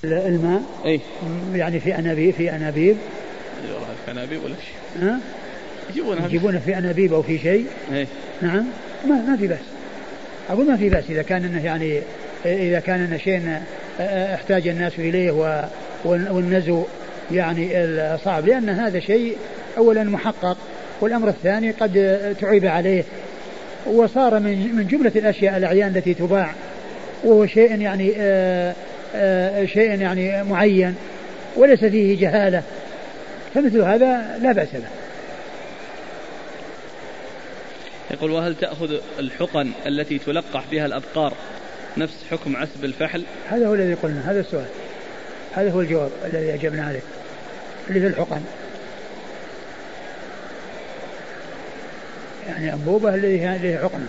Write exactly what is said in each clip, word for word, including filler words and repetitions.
الماء أي يعني في أنابيب في أنابيب في أنابيب ولا شيء ها يجيبونها يجيبونها في أنابيب أو في شيء. أي نعم ما ما في بأس، أقول ما في بأس إذا كان إنه يعني إذا كان إنه شيء احتاج الناس إليه والنزو يعني صعب، لأن هذا شيء أولا محقق، والأمر الثاني قد تعيب عليه وصار من من جملة الأشياء الأعيان التي تباع، وهو شيء يعني آآ آآ شيء يعني معين وليس فيه جهالة، فمثل هذا لا بأس به. يقول وهل تأخذ الحقن التي تلقح بها الأبقار نفس حكم عسب الفحل؟ هذا هو الذي قلنا، هذا السؤال، هذا هو الجواب الذي أجبنا عليه اللي في الحقن، يعني أنبوبة الذي هي حقنة.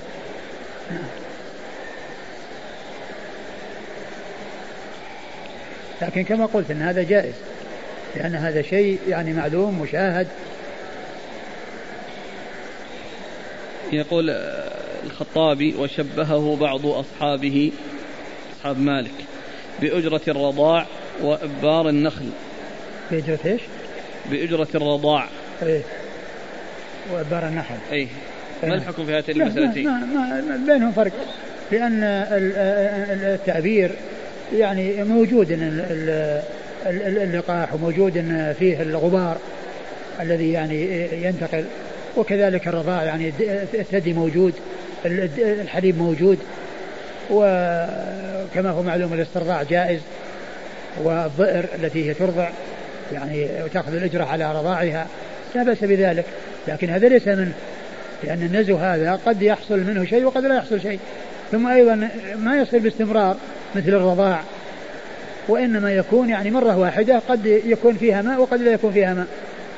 لكن كما قلت إن هذا جائز، لأن هذا شيء يعني معلوم مشاهد. يقول الخطابي وشبهه بعض أصحابه أصحاب مالك بأجرة الرضاع وإبار النخل. بأجرة إيش؟ بأجرة الرضاع إيه وإبار النخل. إيه ما الحكم في هاتين المسألتين؟ ما, ما, ما بينهم فرق، لأن التعبير يعني موجود اللقاح وموجود فيه الغبار الذي يعني ينتقل، وكذلك الرضاع يعني الثدي موجود، الحليب موجود، وكما هو معلوم الاسترضاع جائز، والضئر التي هي ترضع يعني وتأخذ الأجرة على رضاعها لا بأس بذلك، لكن هذا ليس منه، لأن النزو هذا قد يحصل منه شيء وقد لا يحصل شيء، ثم أيضا ما يصير باستمرار مثل الرضاع، وإنما يكون يعني مرة واحدة قد يكون فيها ماء وقد لا يكون فيها ماء.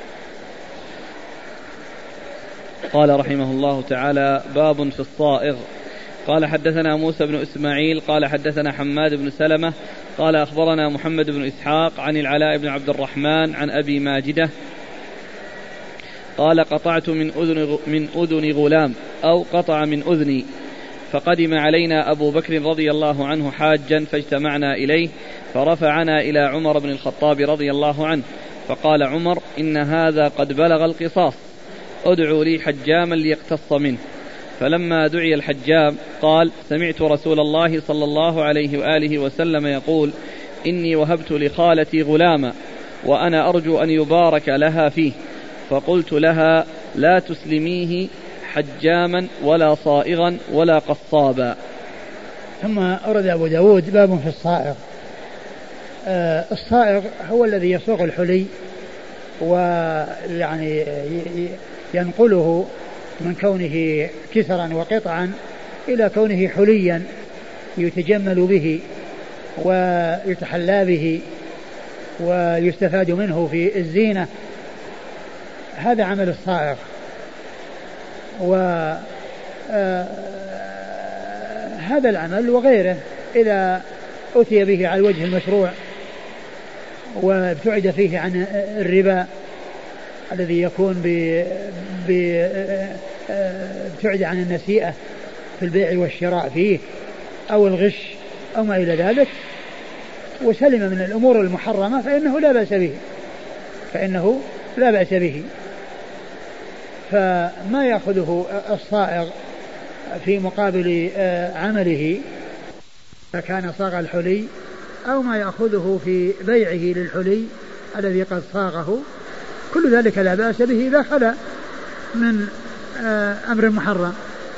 قال رحمه الله تعالى باب في الصائغ. قال حدثنا موسى بن إسماعيل قال حدثنا حماد بن سلمة قال أخبرنا محمد بن إسحاق عن العلاء بن عبد الرحمن عن أبي ماجدة قال قطعت من أذن, من أذن غلام أو قطع من أذني، فقدم علينا أبو بكر رضي الله عنه حاجا فاجتمعنا إليه فرفعنا إلى عمر بن الخطاب رضي الله عنه، فقال عمر إن هذا قد بلغ القصاص، ادعوا لي حجاما ليقتص منه. فلما دعي الحجام قال سمعت رسول الله صلى الله عليه وآله وسلم يقول إني وهبت لخالتي غلاما وأنا أرجو أن يبارك لها فيه، فقلت لها لا تسلميه حجاما ولا صائغا ولا قصابا. ثم أورد أبو داود باب في الصائغ. آه الصائغ هو الذي يصوغ الحلي ويعني ينقله من كونه كسرا وقطعا إلى كونه حليا يتجمل به ويتحلى به ويستفاد منه في الزينة، هذا عمل الصائغ. وهذا العمل وغيره إذا أتي به على الوجه المشروع وابتعد فيه عن الربا الذي يكون ابتعد عن النسيئة في البيع والشراء فيه أو الغش أو ما إلى ذلك، وسلم من الأمور المحرمة فإنه لا بأس به فإنه لا بأس به. فما يأخذه الصائغ في مقابل عمله كان صاغ الحلي أو ما يأخذه في بيعه للحلي الذي قد صاغه، كل ذلك لا بأس به إذا خلا من أمر محرم.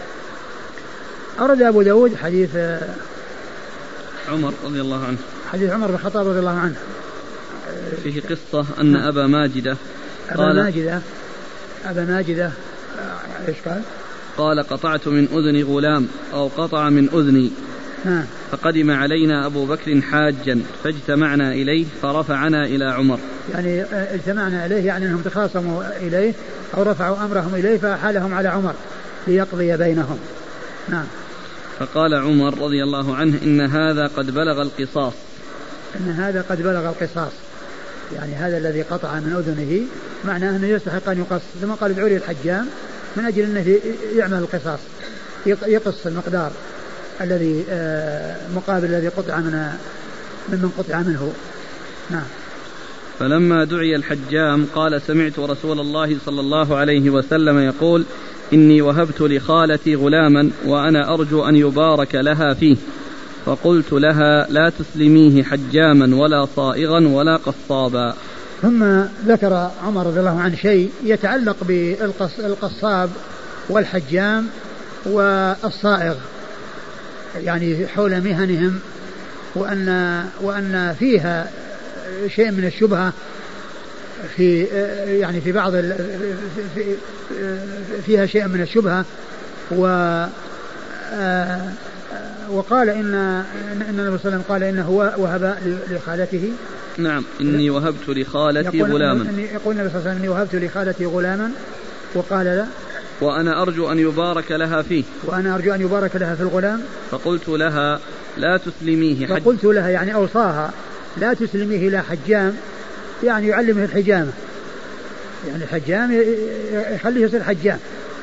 أورد أبو داود حديث عمر رضي الله عنه، حديث عمر بن الخطاب رضي الله عنه فيه قصة أن أبا ماجدة أبا ماجدة أبا ماجدة إيش قال؟ قال قطعت من أذن غلام أو قطع من أذني، ها. فقدم علينا أبو بكر حاجا فاجتمعنا إليه فرفعنا إلى عمر، يعني اجتمعنا إليه يعني أنهم تخاصموا إليه أو رفعوا أمرهم إليه فحالهم على عمر ليقضي بينهم. نعم. فقال عمر رضي الله عنه إن هذا قد بلغ القصاص، إن هذا قد بلغ القصاص، يعني هذا الذي قطع من أذنه معناه أنه يستحق أن يقص، ثم قال ادعوا لي الحجام من أجل أنه يعمل القصاص، يقص المقدار الذي مقابل الذي قطع من ممن قطع منه. نعم. فلما دعي الحجام قال سمعت رسول الله صلى الله عليه وسلم يقول إني وهبت لخالتي غلاما وأنا أرجو أن يبارك لها فيه، فقلت لها لا تسلميه حجاما ولا صائغا ولا قصابا. ثم ذكر عمر رضي الله عنه شيء يتعلق بالقصاب والحجام والصائغ، يعني حول مهنهم، وأن وأن فيها شيء من الشبهة في يعني في بعض في فيها شيء من الشبهة، و وقال إن إن النبي صلى الله عليه وسلم قال إنه وهب لخالته. نعم. إني وهبت لخالتي غلاما. يقول النبي صلى الله عليه وسلم إني وهبت لخالتي غلاما، وقال لا وأنا أرجو أن يبارك لها فيه وأنا أرجو أن يبارك لها في الغلام. فقلت لها لا تسلميه حج فقلت لها يعني أوصاها لا تسلميه إلى حجام، يعني يعلمه الحجامة، يعني الحجام يخليه يصير حجام.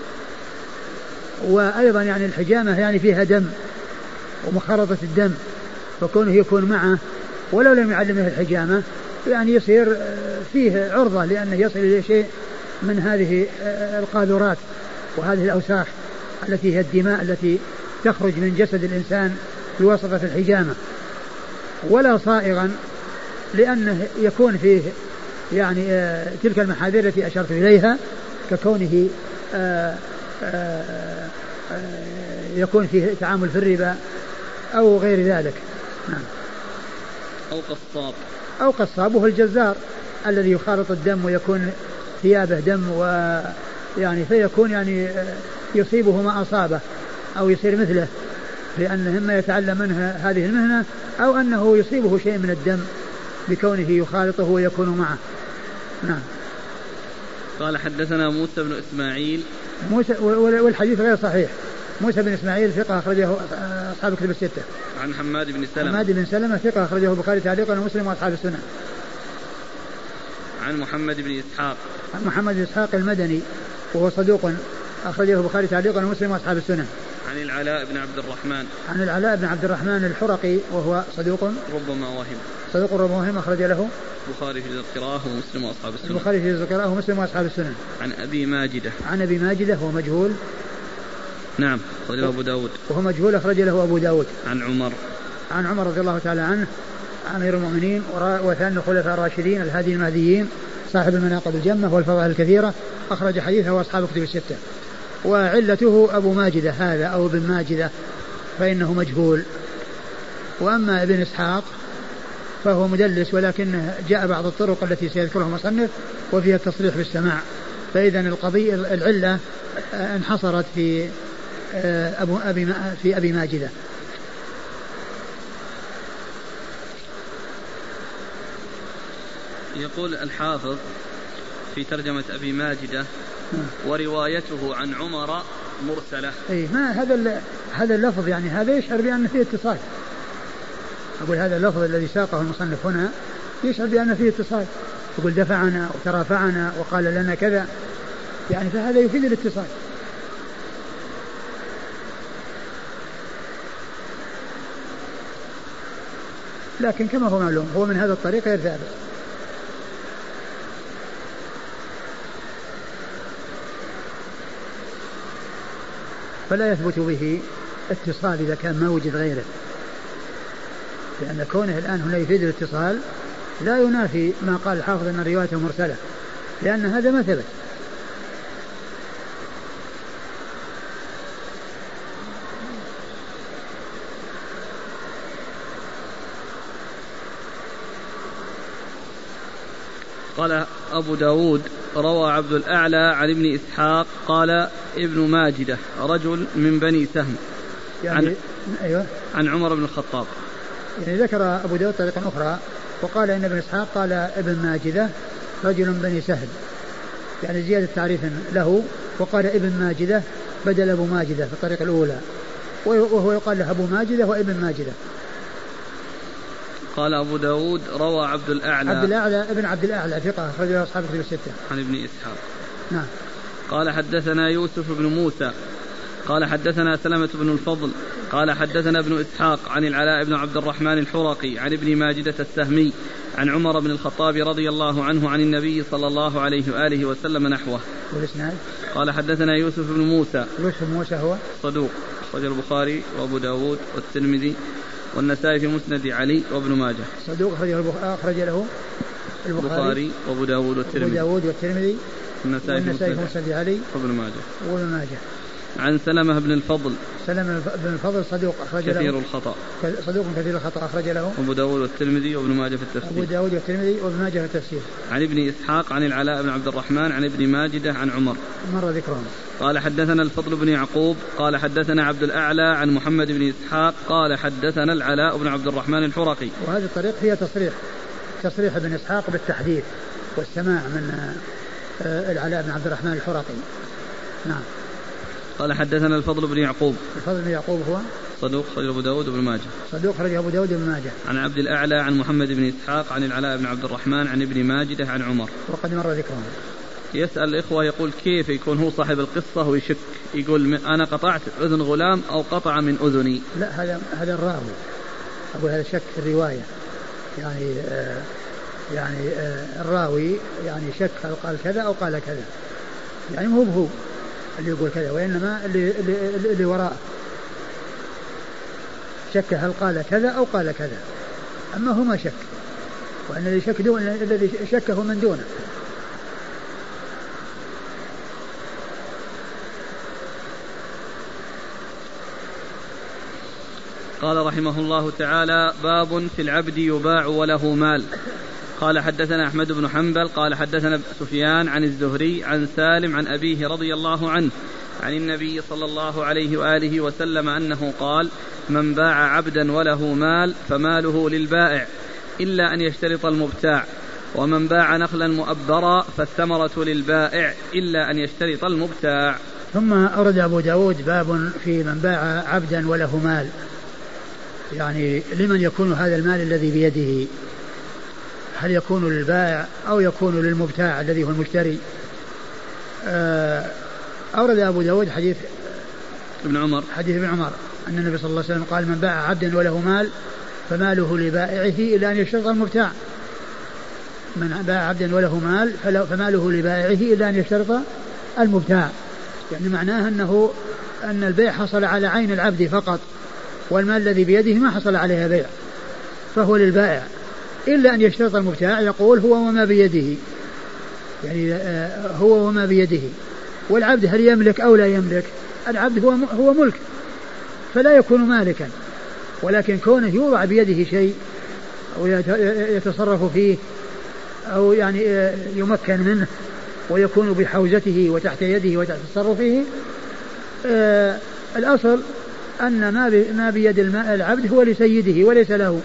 وأيضا يعني الحجامة يعني فيها دم ومخالطة الدم، فكونه يكون معه ولو لم يعلمه الحجامة يعني يصير فيه عرضة لأنه يصل إلى شيء من هذه القاذورات وهذه الأوساخ التي هي الدماء التي تخرج من جسد الإنسان بواسطة الحجامة. ولا صائغا لأنه يكون فيه يعني تلك المحاذير التي أشرت إليها، ككونه آآ آآ يكون فيه تعامل في الربا أو غير ذلك. نعم. أو قصاب أو قصاب وهو الجزار الذي يخالط الدم ويكون ثيابه دم، ويعني فيكون يعني يصيبه ما أصابه أو يصير مثله، لأنه إما يتعلم منها هذه المهنة أو أنه يصيبه شيء من الدم بكونه يخالطه ويكون معه. نعم. قال حدثنا موسى بن إسماعيل. موسى والحديث غير صحيح. موسى بن إسماعيل ثقة أخرجه أصحاب الكتب الستة. عن حماد بن سلمة. حماد بن سلمة ثقة أخرجه البخاري تعليقا ومسلم وأصحاب السنة. عن محمد بن إسحاق. عن محمد بن إسحاق المدني وهو صدوق أخرجه البخاري تعليقا ومسلم وأصحاب السنة. عن العلاء بن عبد الرحمن. عن العلاء بن عبد الرحمن الحرقي وهو صدوق ربما وهم. صدوق ربما وهم أخرج له البخاري في القراءة ومسلم وأصحاب السنة. البخاري في القراءة ومسلم وأصحاب السنة. عن أبي ماجدة. عن أبي ماجدة هو مجهول. نعم. أخرج له أبو داود. وهو مجهول أخرج له أبو داود. عن عمر. عن عمر رضي الله تعالى عنه أمير المؤمنين وثاني الخلفاء الراشدين الهادي المهديين صاحب المناقب الجمة والفضائل الكثيرة، أخرج حديثه وأصحاب الكتب الستة. وعلته أبو ماجدة هذا أو ابن ماجدة فإنه مجهول. وأما ابن إسحاق فهو مدلس، ولكن جاء بعض الطرق التي سيذكرها المصنف وفيها التصريح بالسماع، فإذا القضية العلة انحصرت في أبو أبي في أبي ماجدة. يقول الحافظ في ترجمة أبي ماجدة وروايته عن عمر مرسلة. أي ما هذا هذا اللفظ يعني هذا يشعر بأن فيه اتصال. أقول هذا اللفظ الذي ساقه المصنف هنا يشعر بأن فيه اتصال، يقول دفعنا وترافعنا وقال لنا كذا، يعني فهذا يفيد الاتصال. لكن كما هو معلوم هو من هذا الطريق غير ثابت. فلا يثبت به اتصال إذا كان ما وجد غيره، لأن كونه الآن هنا يفيد الاتصال لا ينافي ما قال الحافظ أن روايته مرسلة، لأن هذا ما ثبت. قال أبو داود روى عبد الأعلى عن ابن إسحاق قال ابن ماجدة رجل من بني سهم يعني عن, أيوة عن عمر بن الخطاب. يعني ذكر أبو داود طريقا أخرى وقال إن ابن إسحاق قال ابن ماجدة رجل من بني سهم، يعني زيادة تعريف له، وقال ابن ماجدة بدل أبو ماجدة في الطريقة الأولى، وهو يقال له أبو ماجدة وابن ماجدة. قال أبو داود روى عبد الأعلى عبد الأعلى ابن عبد الأعلى ثقة أخرجه أصحاب الكتب الستة. عن ابن إسحاق. نعم. قال حدثنا يوسف بن موسى قال حدثنا سلمة بن الفضل قال حدثنا ابن إسحاق عن العلاء بن عبد الرحمن الحرقي عن ابن ماجدة السهمي عن عمر بن الخطاب رضي الله عنه عن النبي صلى الله عليه وآله وسلم نحوه. والإسناد قال حدثنا يوسف بن موسى. يوسف بن موسى هو صدوق أخرج البخاري وأبو داود والترمذي والنسائي في مسند علي وابن ماجه. صدوق أخرج له البخاري وأبو داود والترمذي وأبو داود والترمذي والنسائي في مسند علي وابن ماجه. وابن ماجه. عن سلمة بن الفضل. سلمة بن الفضل صدوق أخرج له كثير الخطأ. صدوق كثير الخطأ أخرج له أبو داود والترمذي وابن ماجه في التفسير. أبو داود والترمذي وابن ماجه في التفسير. عن ابن إسحاق عن العلاء بن عبد الرحمن عن ابن ماجدة عن عمر. مر ذكرهم. قال حدثنا الفضل بن يعقوب قال حدثنا عبد الأعلى عن محمد بن إسحاق قال حدثنا العلاء بن عبد الرحمن الحرقي. وهذه الطريق فيها تصريح تصريح ابن إسحاق بالتحديث والسماع من العلاء بن عبد الرحمن الحرقي. نعم. قال حدثنا الفضل بن يعقوب. الفضل بن يعقوب هو صدوق خرج أبو داود وابن ماجه. صدوق خرج أبو داود وابن ماجه. عن عبد الأعلى عن محمد بن إسحاق عن العلاء بن عبد الرحمن عن ابن ماجدة عن عمر. وقد مر ذكرهم. يسأل الإخوة يقول كيف يكون هو صاحب القصة ويشك يقول أنا قطعت أذن غلام أو قطع من أذني؟ لا هذا هذا الراوي أقول هذا شك في الرواية يعني آه يعني آه الراوي يعني شك هل قال كذا أو قال كذا يعني مو هو اللي يقول كذا وإنما اللي, اللي, اللي وراءه شك هل قال كذا أو قال كذا أما هو ما شك وأن الذي شك دون الذي شكه من دونه. قال رحمه الله تعالى باب في العبد يباع وله مال. قال حدثنا أحمد بن حنبل قال حدثنا سفيان عن الزهري عن سالم عن أبيه رضي الله عنه عن النبي صلى الله عليه وآله وسلم أنه قال من باع عبدا وله مال فماله للبائع إلا أن يشترط المبتاع ومن باع نخلا مؤبرا فالثمرة للبائع إلا أن يشترط المبتاع. ثم أورد أبو داود باب في من باع عبدا وله مال يعني لمن يكون هذا المال الذي بيده هل يكون للبائع أو يكون للمبتاع الذي هو المشتري. أورد أبو داود حديث ابن عمر حديث ابن عمر أن النبي صلى الله عليه وسلم قال من باع عبدا وله مال فماله لبائعه إلا أن يشترط المبتاع. من باع عبدا وله مال فماله لبائعه إلا أن يشترط المبتاع يعني معناه أنه أن البيع حصل على عين العبد فقط والمال الذي بيده ما حصل عليها بيع فهو للبائع إلا أن يشترط المبتاع يقول هو وما بيده يعني هو وما بيده. والعبد هل يملك أو لا يملك؟ العبد هو هو ملك فلا يكون مالكا ولكن كونه يوضع بيده شيء أو يتصرف فيه أو يعني يمكن منه ويكون بحوزته وتحت يده وتحت تصرفه آه الأصل أن ما بيد العبد هو لسيده وليس له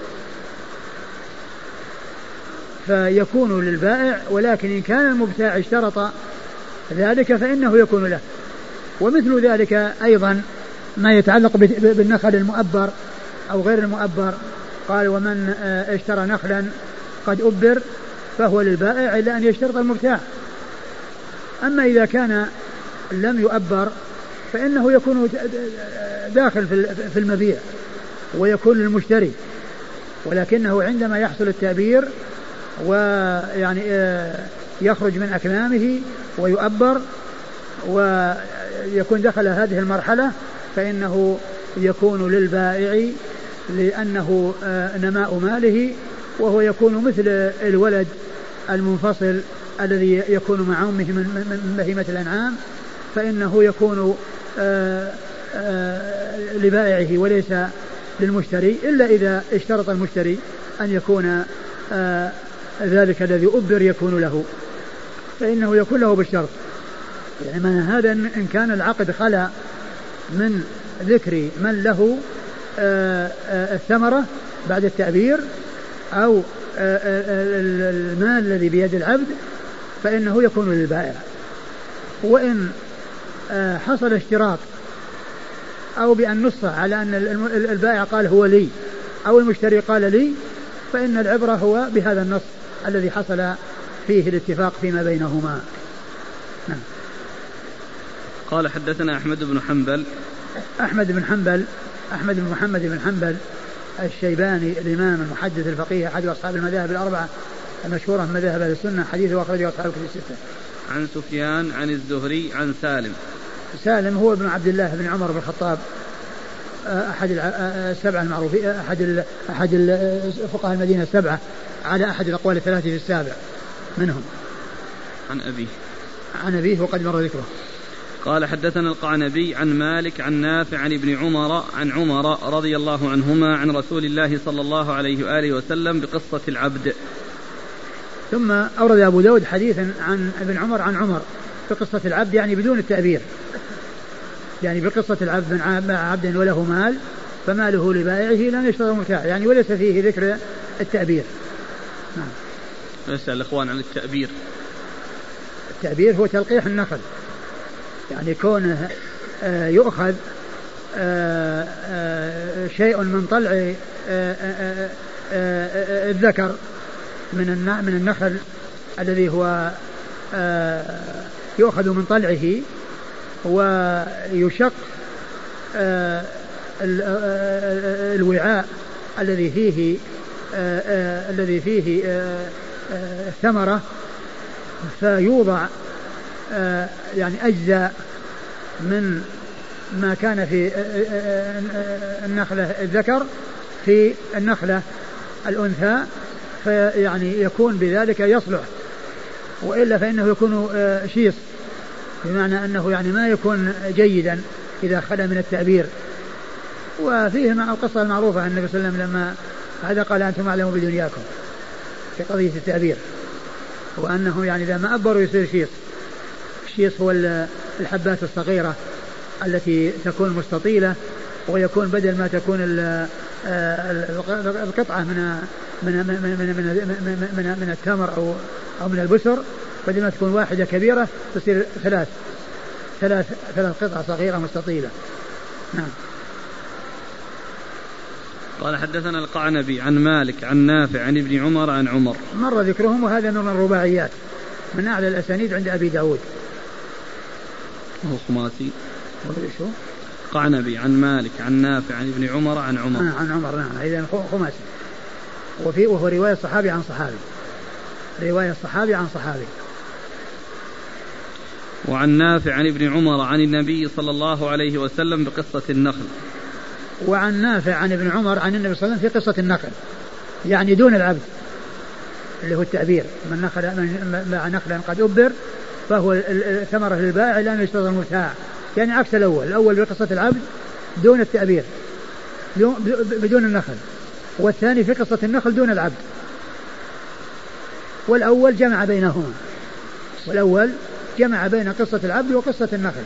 فيكون للبائع ولكن إن كان المبتاع اشترط ذلك فإنه يكون له. ومثل ذلك أيضا ما يتعلق بالنخل المؤبر أو غير المؤبر قال ومن اشترى نخلا قد أبر فهو للبائع إلا أن يشترط المبتاع. أما إذا كان لم يؤبر فإنه يكون داخل في المبيع ويكون للمشتري ولكنه عندما يحصل التأبير ويعني يخرج من أكمامه ويؤبر ويكون دخل هذه المرحلة فإنه يكون للبائع لأنه نماء ماله وهو يكون مثل الولد المنفصل الذي يكون مع أمه من بهيمة الأنعام فإنه يكون آآ آآ لبائعه وليس للمشتري إلا إذا اشترط المشتري أن يكون ذلك الذي أبر يكون له فإنه يكون له بالشرط. يعني من هذا إن كان العقد خلا من ذكر من له آآ آآ الثمرة بعد التأبير أو المال الذي بيد العبد فإنه يكون للبائع. وإن حصل اشتراط أو بأن نص على أن البائع قال هو لي أو المشتري قال لي فإن العبرة هو بهذا النص الذي حصل فيه الاتفاق فيما بينهما. نعم. قال حدثنا أحمد بن حنبل أحمد بن حنبل أحمد بن محمد بن حنبل الشيباني الإمام المحدث الفقيه أحد أصحاب المذاهب الأربعة المشهورة من مذاهب أهل السنة، حديثه أخرجه أصحاب الكتب الستة. عن سفيان عن الزهري عن سالم. سالم هو ابن عبد الله بن عمر بن الخطاب أحد السبعة المعروفين، أحد أحد فقهاء المدينة السبعة على أحد الأقوال الثلاثة في السابع منهم. عن أبيه عن أبيه وقد مر ذكره. قال حدثنا القعنبي عن مالك عن نافع عن ابن عمر عن عمر رضي الله عنهما عن رسول الله صلى الله عليه وآله وسلم بقصة العبد. ثم أورد أبو داود حديثا عن ابن عمر عن عمر بقصة العبد، يعني بدون التعبير، يعني بقصة العبد من عبد وله مال فماله لبائعه لم يشترط متاع، يعني وليس فيه ذكر التعبير. نعم. نسأل الإخوان عن التعبير. التعبير هو تلقيح النخل، يعني كونه يؤخذ شيء من طلع الذكر من من النخل الذي هو يؤخذ من طلعه ويشق الوعاء الذي فيه الذي فيه الثمرة، فيوضع يعني أجزاء من ما كان في النخلة الذكر في النخلة الأنثى، فيعني يكون بذلك يصلح، وإلا فإنه يكون شيص، بمعنى أنه يعني ما يكون جيدا إذا خلا من التعبير. وفيه مع القصة المعروفة عن النبي صلى الله عليه وسلم لما هذا قال أنتم أعلموا بدنياكم في قضية التعبير، وأنه يعني إذا ما أبروا يصير شيص. الشيص هو الحبات الصغيرة التي تكون مستطيلة، ويكون بدل ما تكون القطعة من من من من من, من التمر أو أو من البسر، بدل ما تكون واحدة كبيرة تصير ثلاث ثلاث ثلاث قطع صغيرة مستطيلة. نعم. قال حدثنا القعنبي عن مالك عن نافع عن ابن عمر عن عمر، مر ذكرهم، وهذا من الرباعيات من أعلى الأسانيد عند أبي داود. هو خماسي. شو؟ قعنبي عن مالك عن نافع عن ابن عمر عن عمر. آه عن عمر، نعم، إذا خماسي. وفي وهو رواية صحابي عن صحابي، رواية صحابي عن صحابي. وعن نافع عن ابن عمر عن النبي صلى الله عليه وسلم بقصة النخل. وعن نافع عن ابن عمر عن النبي صلى الله عليه وسلم في قصة النخل، يعني دون العبد اللي هو التعبير، من نخل من باع نخلا قد أبر فهو الثمرة للبائع لم يشترط المتاع، يعني عكس الأول. الأول بقصة العبد دون التعبير بدون النخل، والثاني في قصة النخل دون العبد، والأول جمع بينهما، والأول جمع بين قصة العبد وقصة النخل.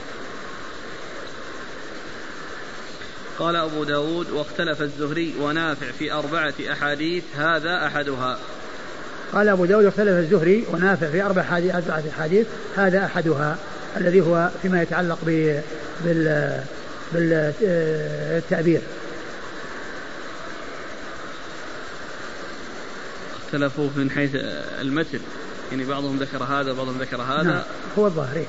قال أبو داود واختلف الزهري ونافع في أربعة أحاديث هذا أحدها. قال أبو داود واختلف الزهري ونافع في أربعة أحاديث هذا أحدها، الذي هو فيما يتعلق بال بالتعبير. اختلفوا من حيث المتن، يعني بعضهم ذكر هذا بعضهم ذكر هذا. نعم، هو الظاهري.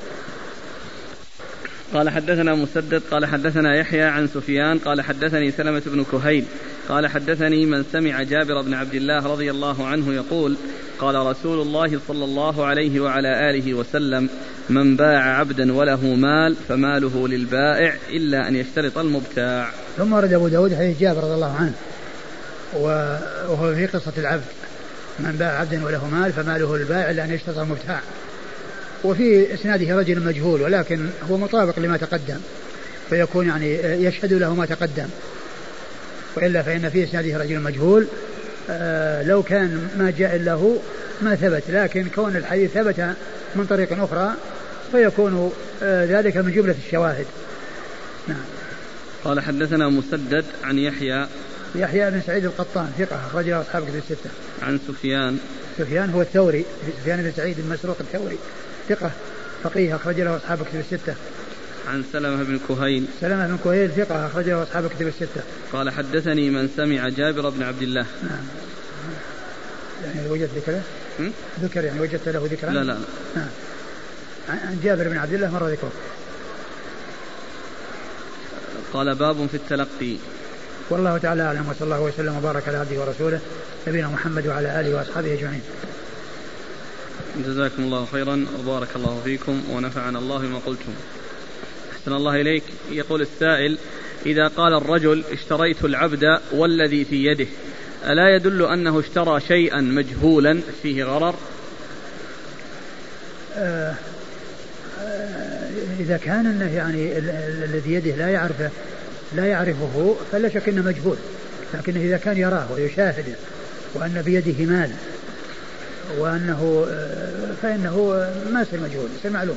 قال حدثنا مسدد قال حدثنا يحيى عن سفيان قال حدثني سلمة بن كهيل قال حدثني من سمع جابر بن عبد الله رضي الله عنه يقول قال رسول الله صلى الله عليه وعلى آله وسلم من باع عبدا وله مال فماله للبائع إلا أن يشترط المبتاع. ثم ورد أبو داود حديث جابر رضي الله عنه وهو في قصة العبد، من باع عبدا وله مال فماله للبائع إلا أن يشترط المبتاع. وفي إسناده رجل مجهول، ولكن هو مطابق لما تقدم، فيكون يعني يشهد له ما تقدم، وإلا فإن في إسناده رجل مجهول. آه لو كان ما جاء له ما ثبت، لكن كون الحديث ثبت من طريق أخرى فيكون آه ذلك من جملة الشواهد. نعم. قال حدثنا مسدد عن يحيى يحيى بن سعيد القطان ثقة أخرج له أصحاب كتب الستة. عن سفيان سفيان هو الثوري، سفيان بن سعيد المسروق الثوري ثقة فقيه أخرج له أصحاب كتب الستة. عن سلمة بن كهيل سلمة بن كهيل ثقة أخرج له أصحاب كتب الستة. قال حدثني من سمع جابر بن عبد الله. نعم. يعني وجدت ذكره؟ ذكر يعني وجدت له ذكرا؟ لا لا, لا. نعم. عن جابر بن عبد الله مر ذكره. قال باب في التلقي. والله تعالى أعلم، وصلى الله وسلم وبارك على عبده ورسوله نبينا محمد وعلى آله وأصحابه أجمعين. جزاكم الله خيرا وبارك الله فيكم ونفعنا الله بما قلتم. أحسن الله إليك. يقول السائل: إذا قال الرجل اشتريت العبد والذي في يده، ألا يدل أنه اشترى شيئا مجهولا فيه غرر؟ آه آه إذا كان إنه يعني الذي يده لا يعرفه لا يعرفه فلا شك إنه مجهول، لكن إذا كان يراه ويشاهده وأن بيده مال وأنه آه فإنه ما يصير مجهول، يصير معلوم.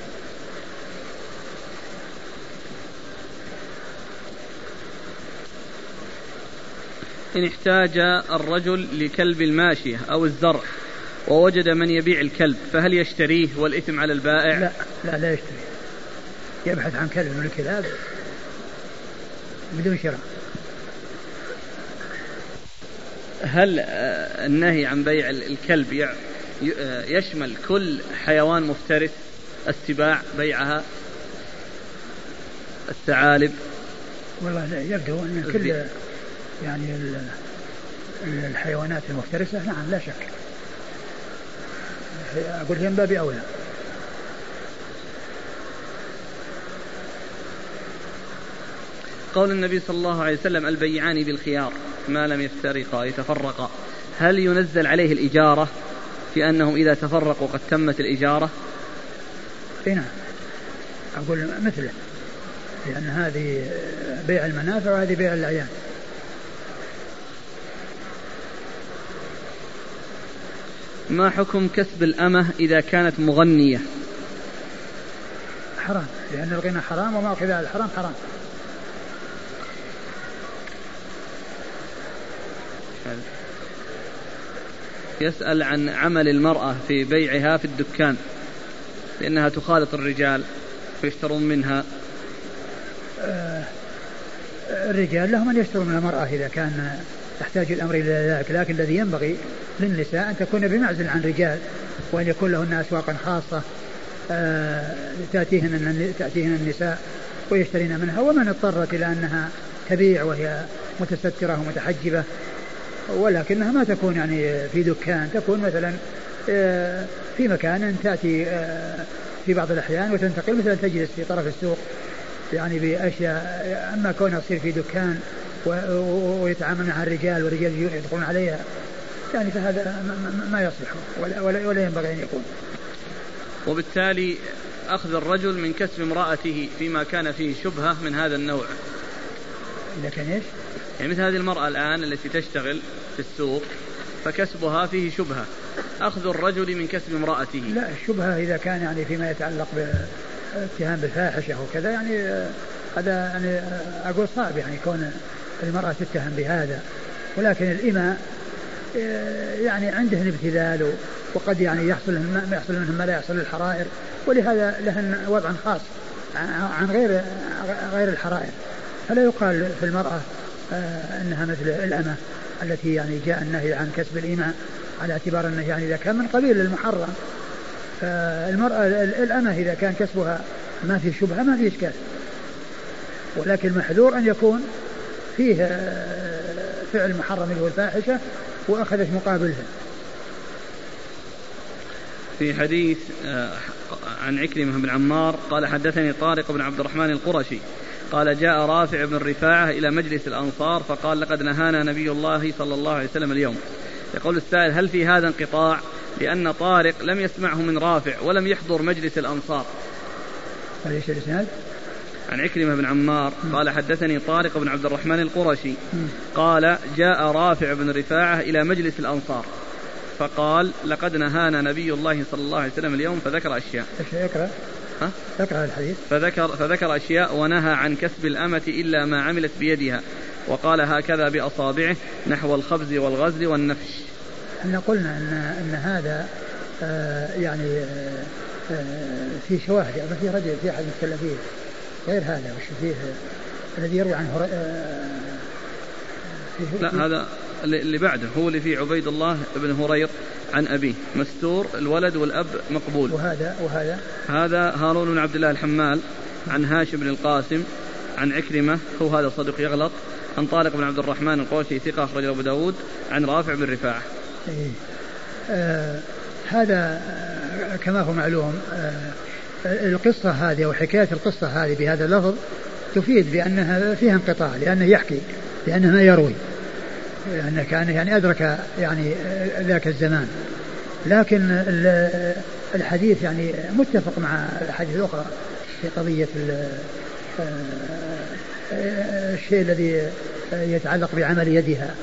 إن احتاج الرجل لكلب الماشية أو الزرع ووجد من يبيع الكلب فهل يشتريه والإثم على البائع؟ لا لا لا يشتري، يبحث عن كلب من الكلاب بدون شراء. هل النهي عن بيع الكلب يشمل كل حيوان مفترس؟ السباع بيعها، الثعالب؟ والله لا، يبدو أن كل يعني الحيوانات المفترسة نعم لا شك، أقول من باب أولى. قول النبي صلى الله عليه وسلم: البيعان بالخيار ما لم يفترقا يتفرقا، هل ينزل عليه الإجارة في أنهم إذا تفرقوا قد تمت الإجارة؟ هنا أقول مثله، لأن هذه بيع المنافع وهذه بيع الأعيان. ما حكم كسب الأمة إذا كانت مغنية؟ حرام، لأن الغنى حرام وما أخذ على الحرام حرام. يسأل عن عمل المرأة في بيعها في الدكان لأنها تخالط الرجال ويشترون منها. آه الرجال لهم أن يشترون من المرأة إذا كان تحتاج الأمر إلى ذلك، لكن الذي ينبغي للنساء أن تكون بمعزل عن الرجال، وأن يكون لهن أسواقا خاصة آه تأتيهن, تأتيهن النساء ويشترين منها، ومن اضطرت إلى أنها تبيع وهي متسترة ومتحجبة ولكنها ما تكون يعني في دكان، تكون مثلا آه في مكان تأتي آه في بعض الأحيان وتنتقل، مثلا تجلس في طرف السوق يعني بأشياء. أما كونها تصير في دكان ويتعامل مع الرجال والرجال يدخلون عليها يعني فهذا ما يصلح ولا, ولا, ولا ينبغي أن يكون. وبالتالي أخذ الرجل من كسب امرأته فيما كان فيه شبهة من هذا النوع. إذا كان إيش؟ يعني مثل هذه المرأة الآن التي تشتغل في السوق فكسبها فيه شبهة، أخذ الرجل من كسب امرأته. لا، الشبهة إذا كان يعني فيما يتعلق باتهام بالفاحشة وكذا يعني هذا يعني أقول صعب يعني كون المرأة تتهم بهذا، ولكن الإماء يعني عندهن ابتذال وقد يعني يحصل ما يحصل منهم ما لا يحصل للحرائر، ولهذا لهن وضع خاص عن غير غير الحرائر، فلا يقال في المرأة أنها مثل الأمة التي يعني جاء النهي عن كسب الإماء على اعتبار أنه يعني إذا كان من قبيل المحرم. فالمرأة الأمة إذا كان كسبها ما في شبهة ما في إشكال، ولكن محذور أن يكون فيه فعل محرم اللي هو الفاحشة وأخذت مقابلها. في حديث عن عكرمة بن عمار قال: حدثني طارق بن عبد الرحمن القرشي قال: جاء رافع بن رفاعة إلى مجلس الأنصار فقال: لقد نهانا نبي الله صلى الله عليه وسلم اليوم. يقول السائل: هل في هذا انقطاع؟ لأن طارق لم يسمعه من رافع ولم يحضر مجلس الأنصار. وليش الإسناد؟ عن عكرمة بن عمار قال: حدثني طارق بن عبد الرحمن القرشي قال: جاء رافع بن رفاعة إلى مجلس الأنصار فقال: لقد نهانا نبي الله صلى الله عليه وسلم اليوم، فذكر أشياء. ايش يقرأ؟ ها؟ يقرأ الحديث. فذكر فذكر أشياء ونهى عن كسب الأمة إلا ما عملت بيدها، وقال هكذا بأصابعه نحو الخبز والغزل والنفش. احنا قلنا ان ان هذا آه يعني آه آه في شواهد، يعني في رجل في احد يتكلم فيه غير هذا، وش فيه الذي يروي عنه آه فيه لا هذا اللي بعده هو اللي فيه عبيد الله بن هرير عن أبيه مستور الولد والأب مقبول. وهذا وهذا هذا هارون بن عبد الله الحمال عن هاشم بن القاسم عن عكرمة هو هذا صدق يغلط. عن طارق بن عبد الرحمن القرشي ثقة أخرجه أبو داود. عن رافع بن رفاعة. إيه. آه هذا كما هو معلوم. آه القصة هذه وحكاية القصة هذه بهذا اللفظ تفيد بأنها فيها انقطاع، لأنه يحكي لأنه ما يروي، لأنه كان يعني أدرك يعني ذاك الزمان. لكن الحديث يعني متفق مع الحديث الأخرى في قضية الشيء الذي يتعلق بعمل يدها.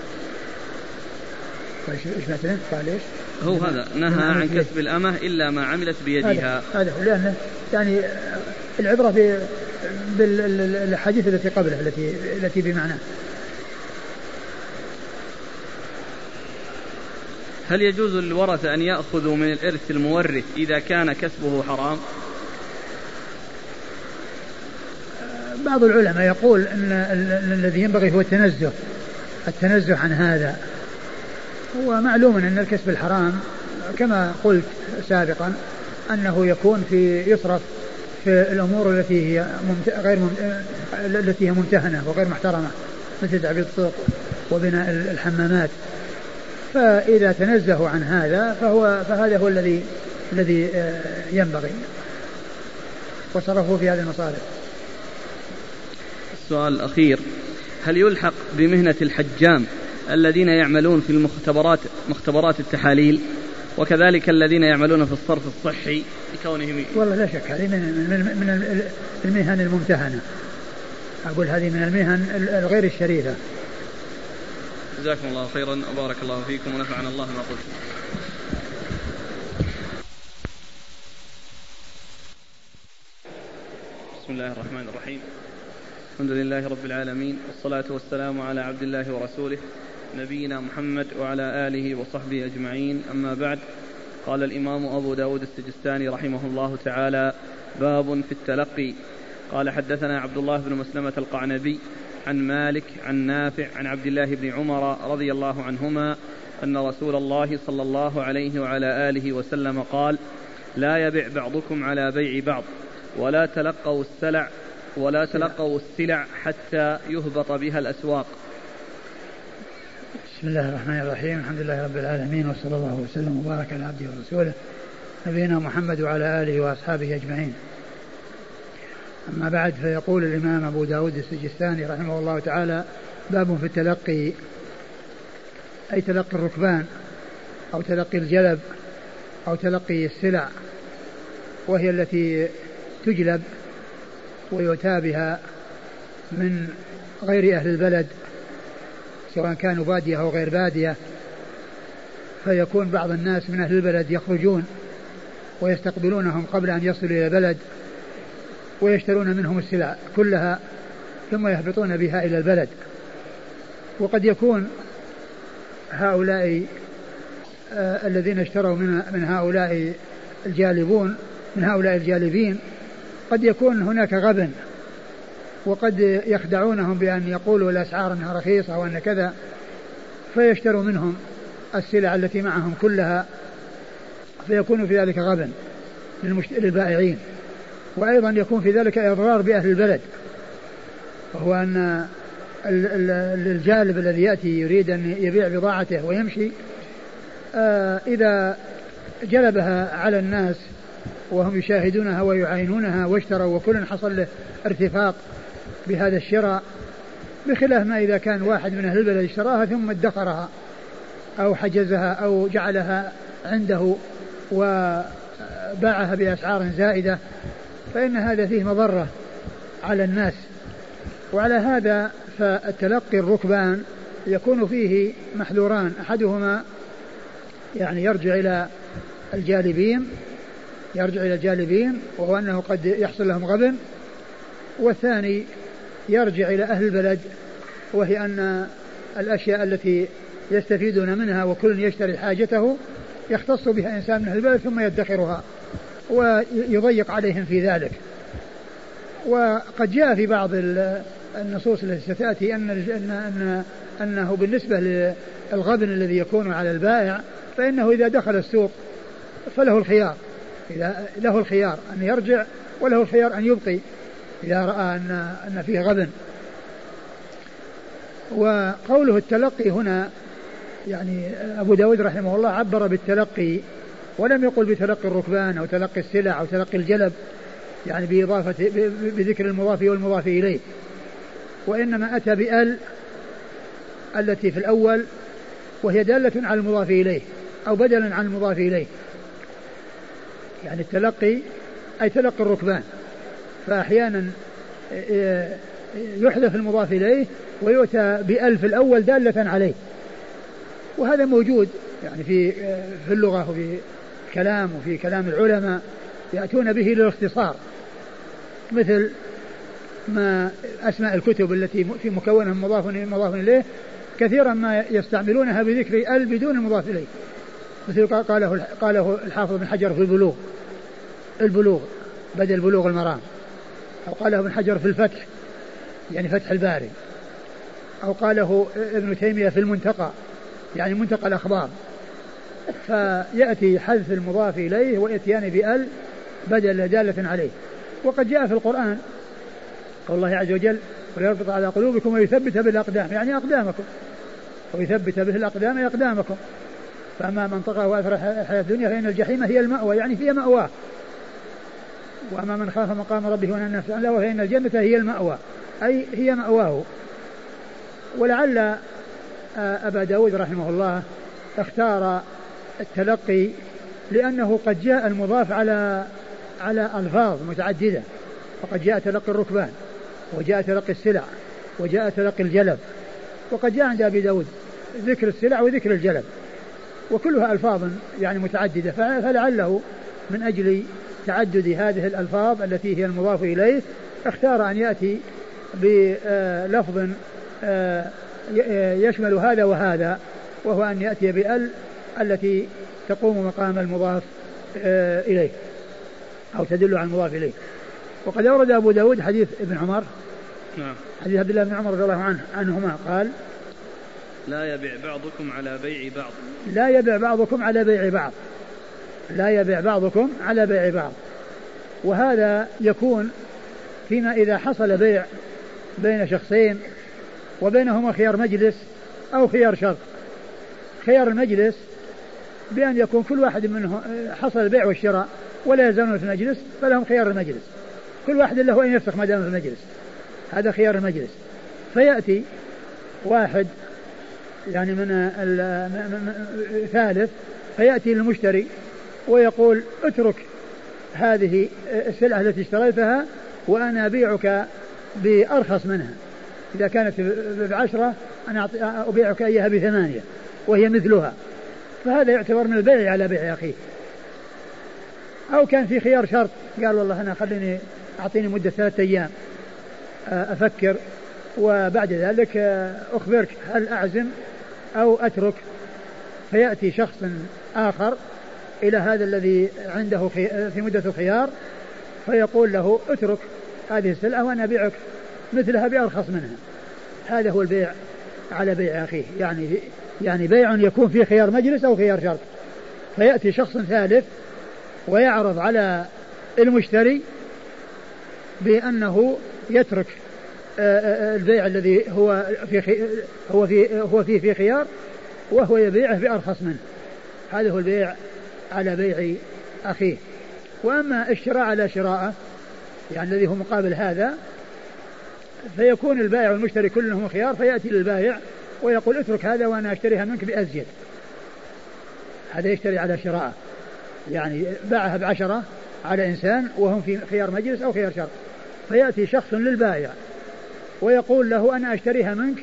ايش مثلا قال ايش؟ هو هذا نهى عن كسب الأمة إلا ما عملت بيدها. هذا لأن يعني العبرة بالحديث التي قبله التي التي بمعناه. هل يجوز للورثة أن يأخذوا من الإرث المورث إذا كان كسبه حرام؟ بعض العلماء يقول أن الذي ينبغي هو التنزه التنزه عن هذا. هو معلوم أن الكسب الحرام كما قلت سابقا أنه يكون في يصرف في الأمور التي هي غير التي هي ممتهنة وغير محترمة، مثل تعبيد الطرق وبناء الحمامات. فإذا تنزهوا عن هذا فهو فهذا هو الذي الذي ينبغي وصرفوا في هذه المصالح. السؤال الأخير: هل يلحق بمهنة الحجام الذين يعملون في المختبرات مختبرات التحاليل وكذلك الذين يعملون في الصرف الصحي لكونهم؟ والله لا شك هذه من, من, من المهن الممتهنة. أقول هذه من المهن الغير الشريفة. جزاكم الله خيرا وبارك الله فيكم ونفعنا الله ما قلت. بسم الله الرحمن الرحيم. الحمد لله رب العالمين، والصلاة والسلام على عبد الله ورسوله نبينا محمد وعلى آله وصحبه أجمعين. أما بعد، قال الإمام أبو داود السجستاني رحمه الله تعالى: باب في التلقي. قال: حدثنا عبد الله بن مسلمة القعنبي عن مالك عن نافع عن عبد الله بن عمر رضي الله عنهما أن رسول الله صلى الله عليه وعلى آله وسلم قال: لا يبع بعضكم على بيع بعض، ولا تلقوا السلع ولا تلقوا السلع حتى يهبط بها الأسواق. بسم الله الرحمن الرحيم. الحمد لله رب العالمين، وصلى الله وسلم وبارك على عبده ورسوله نبينا محمد وعلى آله وأصحابه أجمعين. أما بعد، فيقول الإمام أبو داود السجستاني رحمه الله تعالى: باب في التلقي، أي تلقي الركبان أو تلقي الجلب أو تلقي السلع، وهي التي تجلب ويؤتى بها من غير أهل البلد سواء كانوا بادية أو غير بادية. فيكون بعض الناس من أهل البلد يخرجون ويستقبلونهم قبل أن يصلوا إلى البلد ويشترون منهم السلع كلها ثم يهبطون بها إلى البلد. وقد يكون هؤلاء آه الذين اشتروا من, من هؤلاء الجالبون من هؤلاء الجالبين قد يكون هناك غبن، وقد يخدعونهم بأن يقولوا الأسعار أنها رخيصة وأن كذا، فيشتروا منهم السلع التي معهم كلها، فيكون في ذلك غبن للبائعين. وأيضا يكون في ذلك إضرار بأهل البلد، وهو أن الجالب الذي يأتي يريد أن يبيع بضاعته ويمشي، إذا جلبها على الناس وهم يشاهدونها ويعاينونها واشتروا وكل حصل له ارتفاق بهذا الشراء، بخلاف ما إذا كان واحد من أهل البلد اشتراها ثم ادخرها أو حجزها أو جعلها عنده وباعها بأسعار زائدة، فإن هذا فيه مضرة على الناس. وعلى هذا فالتلقي الركبان يكون فيه محذوران: أحدهما يعني يرجع إلى الجالبين يرجع إلى الجالبين وهو أنه قد يحصل لهم غبن، والثاني يرجع إلى أهل البلد، وهي أن الأشياء التي يستفيدون منها وكل يشتري حاجته يختص بها إنسان من أهل البلد ثم يدخرها ويضيق عليهم في ذلك. وقد جاء في بعض النصوص التي ستأتي أن أن أنه بالنسبة للغبن الذي يكون على البائع فإنه إذا دخل السوق فله الخيار إذا له الخيار أن يرجع وله الخيار أن يبقي إذا رأى أن, أن فيه غبن. وقوله التلقي هنا يعني أبو داود رحمه الله عبر بالتلقي ولم يقل بتلقي الركبان أو تلقي السلع أو تلقي الجلب يعني بإضافة بذكر المضاف والمضاف إليه، وإنما أتى بأل التي في الأول وهي دالة على المضاف إليه أو بدلا عن المضاف إليه. يعني التلقي أي تلقي الركبان، فأحيانا يحذف المضاف إليه ويؤتى بأل في الأول دالة عليه، وهذا موجود يعني في في اللغة وفي الكلام وفي كلام العلماء يأتون به للاختصار، مثل ما أسماء الكتب التي في مكونها مضاف مضاف إليه كثيرا ما يستعملونها بذكر ال بدون المضاف إليه، مثل قاله قاله الحافظ بن حجر في البلوغ البلوغ بدل بلوغ المرام، أو قاله ابن حجر في الفتح يعني فتح الباري، أو قاله ابن تيمية في المنتقى يعني منتقى الأخبار. فيأتي حذف المضاف إليه ويأتيان بأل بدل دالة عليه. وقد جاء في القرآن قول الله عز وجل ويربط على قلوبكم ويثبت بالأقدام يعني أقدامكم، ويثبت به الأقدام أقدامكم. فأما من طغى وأثر الحياة الدنيا فإن الجحيم هي المأوى يعني فيها مأواه، وأما من خاف مقام ربه ونهى النفس عن الهوى فإن الجنة هي المأوى أي هي مأواه. ولعل أبا داود رحمه الله اختار التلقي لأنه قد جاء المضاف على على ألفاظ متعددة، وقد جاء تلقي الركبان وجاء تلقي السلع وجاء تلقي الجلب، وقد جاء عند أبي داود ذكر السلع وذكر الجلب وكلها ألفاظ يعني متعددة، فلعله من أجل تعدد هذه الألفاظ التي هي المضاف إليه اختار أن يأتي بلفظ يشمل هذا وهذا، وهو أن يأتي بأل التي تقوم مقام المضاف إليه أو تدل على المضاف إليه. وقد أورد أبو داود حديث ابن عمر نعم. حديث عبد الله بن عمر رضي الله عنه عنهما قال لا يبيع بعضكم على بيع بعض لا يبيع بعضكم على بيع بعض لا يبيع بعضكم على بيع بعض. وهذا يكون فيما إذا حصل بيع بين شخصين وبينهما خيار مجلس أو خيار شرط. خيار المجلس بأن يكون كل واحد منهم حصل البيع والشراء ولا يزالون في المجلس فلهم خيار المجلس، كل واحد له أن يفسخ ما دام في المجلس، هذا خيار المجلس. فيأتي واحد يعني من ثالث فيأتي للمشتري ويقول اترك هذه السلعة التي اشتريتها وأنا أبيعك بأرخص منها، إذا كانت بعشرة أنا أبيعك إياها بثمانية وهي مثلها، فهذا يعتبر من البيع على بيع أخيه. أو كان في خيار شرط قال والله أنا خليني أعطيني مدة ثلاثة أيام أفكر وبعد ذلك أخبرك هل أعزم أو أترك، فيأتي شخص آخر إلى هذا الذي عنده في مدة الخيار فيقول له اترك هذه السلعة وأنا أبيعك مثلها بأرخص منها. هذا هو البيع على بيع أخيه، يعني يعني بيع يكون فيه خيار مجلس أو خيار شرط. فيأتي شخص ثالث ويعرض على المشتري بأنه يترك البيع الذي هو في هو في هو فيه في خيار وهو يبيعه بأرخص منه. هذا هو البيع على بيع أخيه. وأما الشراء على شراءه يعني الذي هو مقابل هذا فيكون البائع والمشتري كلهم خيار، فيأتي للبائع ويقول اترك هذا وأنا أشتريها منك بأزيد. هذا يشتري على شراءه يعني باعها بعشرة على إنسان وهم في خيار مجلس أو خيار شرط، فيأتي شخص للبائع ويقول له أنا أشتريها منك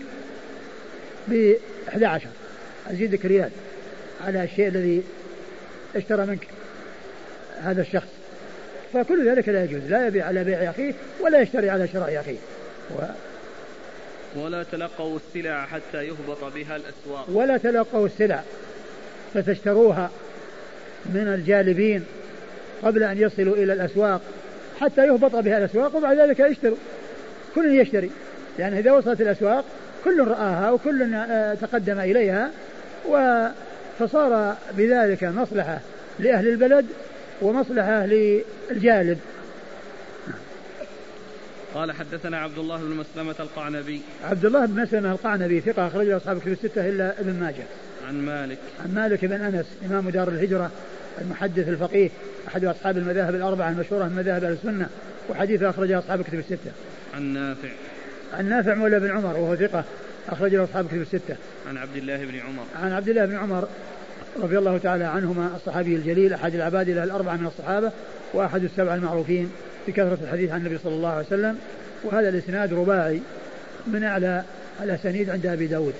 بإحدى عشر أزيدك ريال على الشيء الذي اشترى منك هذا الشخص. فكل ذلك لا يجوز، لا يبيع على بيع أخيه ولا يشتري على شراء أخيه. و... ولا تلقوا السلع حتى يهبط بها الأسواق ولا تلقوا السلع فتشتروها من الجالبين قبل أن يصلوا إلى الأسواق حتى يهبط بها الأسواق وبعد ذلك يشتروا، كل يشتري. يعني إذا وصلت الأسواق كل رآها وكل تقدم إليها فصار بذلك مصلحة لأهل البلد ومصلحة للجالب. قال حدثنا عبد الله بن مسلمة القعنبي. عبد الله بن مسلمة القعنبي ثقة أخرجه أصحاب الكتب الستة إلا ابن ماجه. عن مالك. عن مالك بن أنس إمام دار الهجرة المحدث الفقيه أحد أصحاب المذاهب الأربعة المشهورة من مذاهب أهل السنة وحديثه أخرجه أصحاب الكتب الستة. عن نافع. عن نافع مولى بن عمر وهو ثقة أخرجه أصحاب الكتب الستة. عن عبد الله بن عمر. عن عبد الله بن عمر رضي الله تعالى عنهما الصحابي الجليل أحد العباد له الأربعة من الصحابة وأحد السبعة المعروفين بكثرة الحديث عن النبي صلى الله عليه وسلم. وهذا الإسناد رباعي من أعلى الأسانيد عند أبي داود.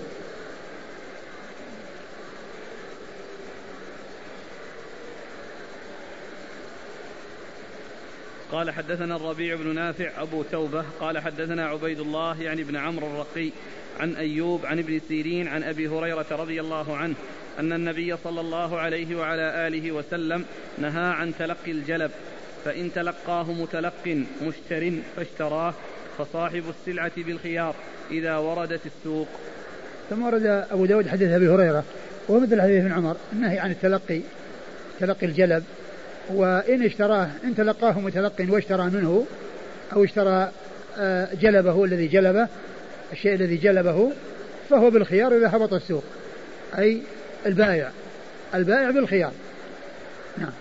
قال حدثنا الربيع بن نافع أبو توبة قال حدثنا عبيد الله يعني بن عمرو الرقي عن أيوب عن ابن سيرين عن أبي هريرة رضي الله عنه أن النبي صلى الله عليه وعلى آله وسلم نهى عن تلقي الجلب فإن تلقاه متلق مشتر فاشتراه فصاحب السلعة بالخيار إذا وردت السوق. ثم ورد أبو داود حديث أبي هريرة وهو مثل حديث ابن عمر النهي عن التلقي تلقي الجلب وإن اشتراه إن تلقاه متلق واشترى منه أو اشترى جلبه الذي جلبه الشيء الذي جلبه فهو بالخيار إذا هبط السوق أي البائع البائع بالخيار. نعم.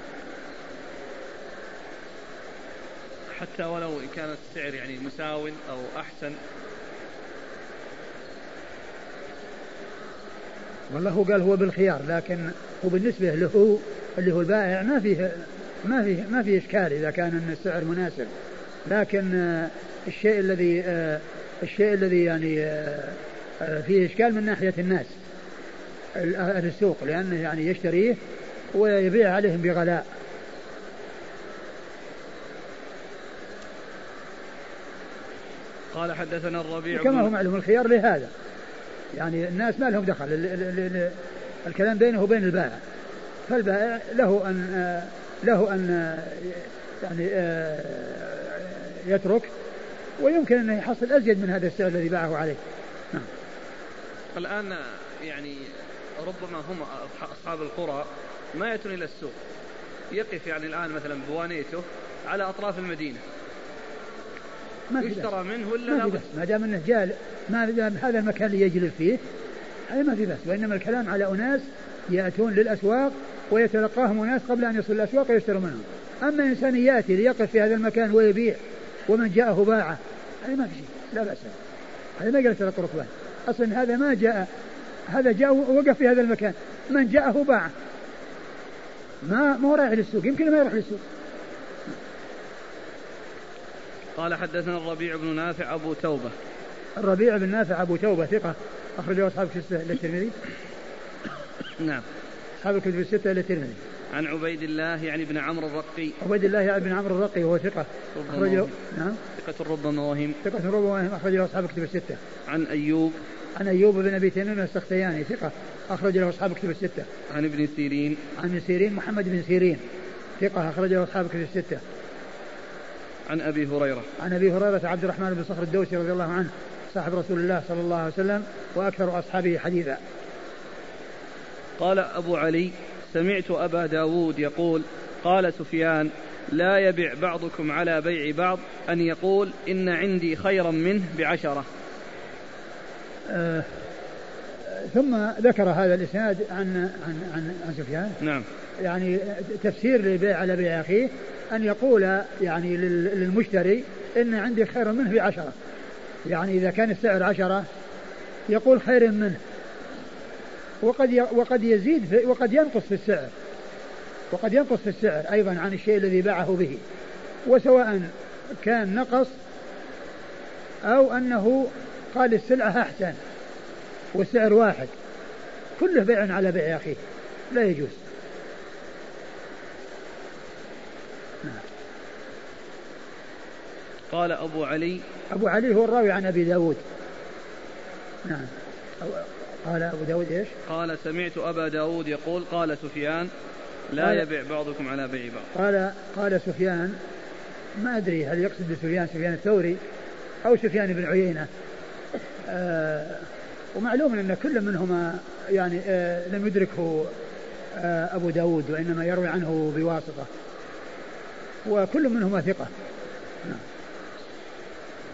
حتى ولو كان السعر يعني مساو أو أحسن. والله هو قال هو بالخيار لكن هو بالنسبة له اللي هو البائع ما فيه ما فيه ما فيه إشكال إذا كان السعر مناسب لكن الشيء الذي الشيء الذي يعني فيه إشكال من ناحية الناس أهل السوق لأنه يعني يشتريه ويبيع عليهم بغلاء. قال حدثنا الربيع كما هو معلوم الخيار لهذا يعني الناس ما لهم دخل الكلام بينه وبين البائع فالبائع له أن له أن يعني يترك ويمكن أن يحصل أزيد من هذا السعر الذي باعه عليه. نعم. الآن يعني ربما هم أصحاب القرى ما يأتون إلى السوق يقف يعني الآن مثلا بوانيته على أطراف المدينة ما يشترى منه ولا لا بس ما دام انه جال ما دام هذا المكان اللي يجلس فيه هذا ما في بس وإنما الكلام على أناس يأتون للأسواق ويتلقاهم أناس قبل أن يصل الأسواق ويشتروا منهم. أما إنسان يأتي ليقف في هذا المكان ويبيع ومن جاءه باعه هذا ما في شيء لا بأس هذا ما قال تلقى ركبان أصلا هذا ما جاء هذا جاء ووقف في هذا المكان من جاءه باعه ما ما هو رايح للسوق يمكن ما يروح للسوق. قال حدثنا الربيع بن نافع أبو توبة. الربيع بن نافع أبو توبة ثقة أخرجه أصحاب الكتب الستة إلا الترمذي. نعم. أصحاب الكتب الستة إلا الترمذي. عن عبيد الله يعني بن عمرو الرقي. عبيد الله يعني بن عمرو الرقي وهو ثقة أخرجه. نعم. ثقة ربما وهم. ثقة ربما وهم أخرجه أصحاب الكتب الستة. عن أيوب. عن أيوب بن أبي تميم السختياني ثقة أخرج له أصحاب الكتب الستة. عن ابن سيرين. عن ابن سيرين محمد بن سيرين ثقة أخرج له أصحاب الكتب الستة. عن أبي هريرة. عن أبي هريرة عبد الرحمن بن صخر الدوسي رضي الله عنه صاحب رسول الله صلى الله عليه وسلم وأكثر أصحابه حديثا. قال أبو علي سمعت أبا داود يقول قال سفيان لا يبيع بعضكم على بيع بعض أن يقول إن عندي خيرا منه بعشرة. آه ثم ذكر هذا الإسناد عن عن عن, عن سفيان. نعم. يعني تفسير للبيع على بيع أخيه أن يقول يعني للمشتري إن عندي خيرا منه بعشرة يعني إذا كان السعر عشرة يقول خير منه وقد وقد يزيد في وقد ينقص في السعر وقد ينقص في السعر أيضا عن الشيء الذي باعه به وسواء كان نقص أو أنه قال السلعة أحسن والسعر واحد كله بيع على بيع أخيه لا يجوز. قال أبو علي أبو علي هو الراوي عن أبي داود. نعم. قال أبو داود إيش؟ قال سمعت أبا داود يقول قال سفيان لا يبيع بعضكم على بيع بعض. قال قال سفيان ما أدري هل يقصد سفيان سفيان الثوري أو سفيان بن عيينة آه ومعلوم أن كل منهما يعني آه لم يدركه آه أبو داود وإنما يروي عنه بواسطة وكل منهما ثقة. نعم.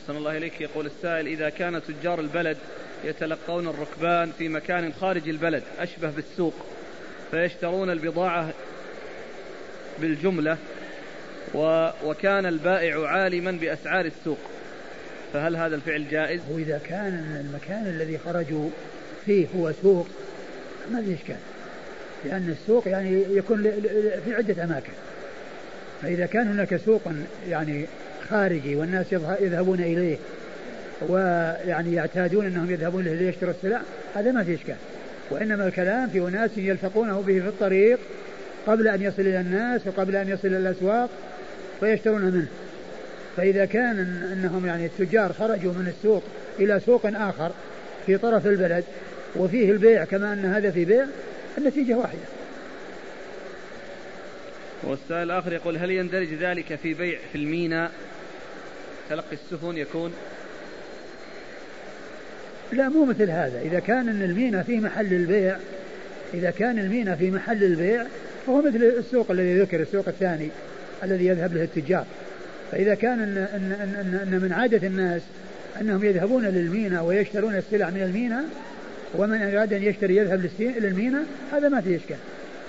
أحسن الله إليك. يقول السائل: إذا كان تجار البلد يتلقون الركبان في مكان خارج البلد أشبه بالسوق فيشترون البضاعة بالجملة وكان البائع عالما بأسعار السوق، فهل هذا الفعل جائز؟ وإذا كان المكان الذي خرجوا فيه هو سوق ما في إشكال، لأن السوق يعني يكون في عدة أماكن، فإذا كان هناك سوق يعني خارجي والناس يذهبون إليه ويعني يعتادون أنهم يذهبون إليه ليشتروا السلع هذا ما في إشكال. وإنما الكلام في أناس يلتقونه به في الطريق قبل أن يصل إلى الناس وقبل أن يصل إلى الأسواق فيشترون منه. فإذا كان أنهم يعني التجار خرجوا من السوق إلى سوق آخر في طرف البلد وفيه البيع كما أن هذا في بيع النتيجة واحدة. والسائل الآخر يقول: هل يندرج ذلك في بيع في الميناء تلقي السفن يكون؟ لا، مو مثل هذا. إذا كان أن الميناء في محل البيع إذا كان الميناء في محل البيع فهو مثل السوق الذي ذكر، السوق الثاني الذي يذهب له التجار. فإذا كان أن, أن, أن, أن من عادة الناس أنهم يذهبون للميناء ويشترون السلع من الميناء ومن أراد أن يشتري يذهب للميناء هذا ما فيه إشكال.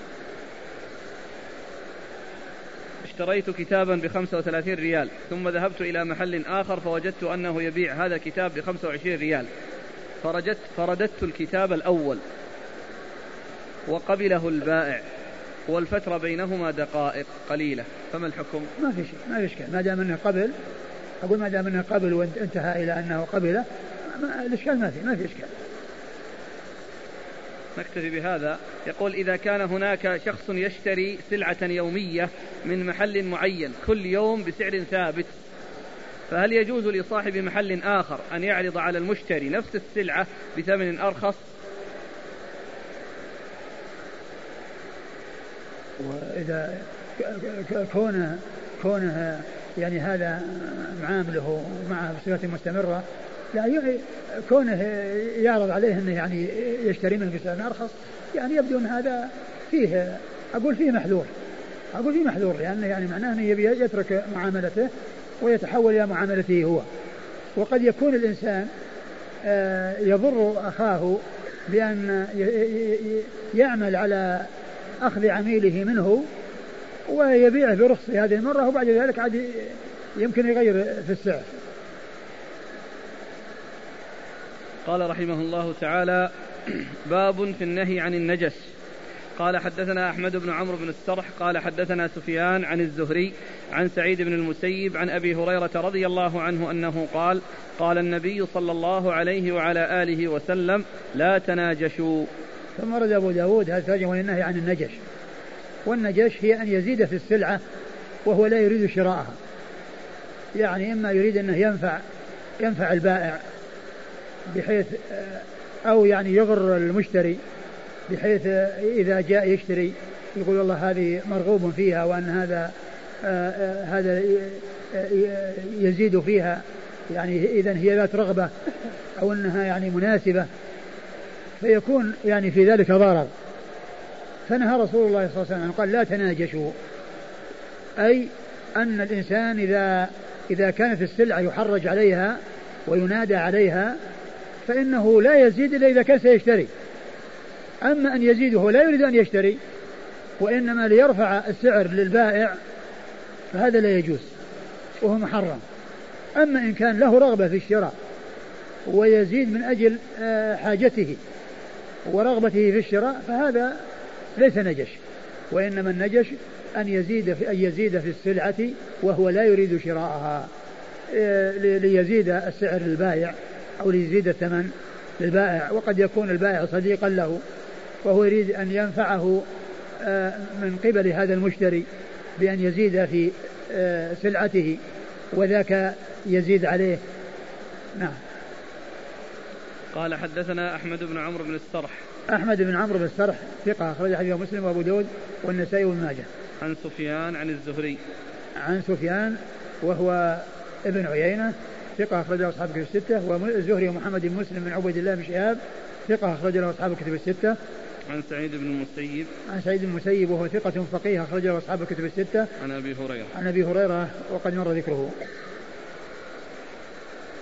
اشتريت كتابا بخمسة وثلاثين ريال ثم ذهبت إلى محل آخر فوجدت أنه يبيع هذا الكتاب بخمسة وعشرين ريال فرجت فرددت الكتاب الأول وقبله البائع والفترة بينهما دقائق قليلة، فما الحكم؟ ما في شيء، ما في إشكال ما دام أنه قبل. أقول ما دام أنه قبل وانتهى إلى أنه قبله الإشكال ما في ما في إشكال. نكتفي بهذا. يقول: إذا كان هناك شخص يشتري سلعة يومية من محل معين كل يوم بسعر ثابت، فهل يجوز لصاحب محل آخر أن يعرض على المشتري نفس السلعة بثمن أرخص؟ وإذا كونه كونه يعني هذا معامله معه بصفة مستمرة، لا كونه يعرض عليه أنه يعني يشتري منه بسعر أرخص يعني يبدو أن هذا فيه أقول فيه محذور أقول فيه محذور لأنه يعني معناه أنه يبي يترك معاملته ويتحول إلى معاملته هو. وقد يكون الإنسان يضر أخاه بأن يعمل على أخذ عميله منه ويبيعه برخص هذه المرة وبعد ذلك عاد يمكن يغير في السعر. قال رحمه الله تعالى: باب في النهي عن النجس. قال: حدثنا أحمد بن عمرو بن السرح قال حدثنا سفيان عن الزهري عن سعيد بن المسيب عن أبي هريرة رضي الله عنه أنه قال: قال النبي صلى الله عليه وعلى آله وسلم: لا تناجشوا. ثم رد أبو داود هذا ترجمة النهي عن النجش. والنجش هي أن يزيد في السلعة وهو لا يريد شراءها، يعني إما يريد أنه ينفع ينفع البائع بحيث أو يعني يغر المشتري بحيث إذا جاء يشتري يقول والله هذه مرغوب فيها وأن هذا هذا يزيد فيها، يعني إذن هي ذات رغبة أو أنها يعني مناسبة، فيكون يعني في ذلك ضرر. فنهى رسول الله صلى الله عليه وسلم قال: لا تناجشوا، أي أن الإنسان إذا إذا كانت السلعة يحرج عليها وينادى عليها فإنه لا يزيد إلا إذا كان سيشتري. أما أن يزيده لا يريد أن يشتري وإنما ليرفع السعر للبائع فهذا لا يجوز وهو محرم. أما إن كان له رغبة في الشراء ويزيد من أجل حاجته ورغبته في الشراء فهذا ليس نجش، وإنما النجش أن يزيد في أن يزيد في السلعة وهو لا يريد شراءها ليزيد السعر للبائع أو ليزيد الثمن للبائع. وقد يكون البائع صديقا له وهو يريد أن ينفعه من قبل هذا المشتري بأن يزيد في سلعته وذاك يزيد عليه. نعم. قال: حدثنا أحمد بن عمرو بن السرح. أحمد بن عمرو بن السرح ثقة أخرج حديثه مسلم وأبو داود والنسائي وابن ماجه. عن سفيان عن الزهري. عن سفيان وهو ابن عيينة ثقة أخرج له أصحاب الكتب الستة. والزهري ومحمد بن مسلم من عبيد الله بن شهاب ثقة أخرج له أصحاب الكتب الستة. عن سعيد بن المسيب. عن سعيد بن المسيب وهو ثقة فقيه أخرج له أصحاب الكتب الستة. عن أبي هريرة. عن أبي هريرة وقد مر ذكره.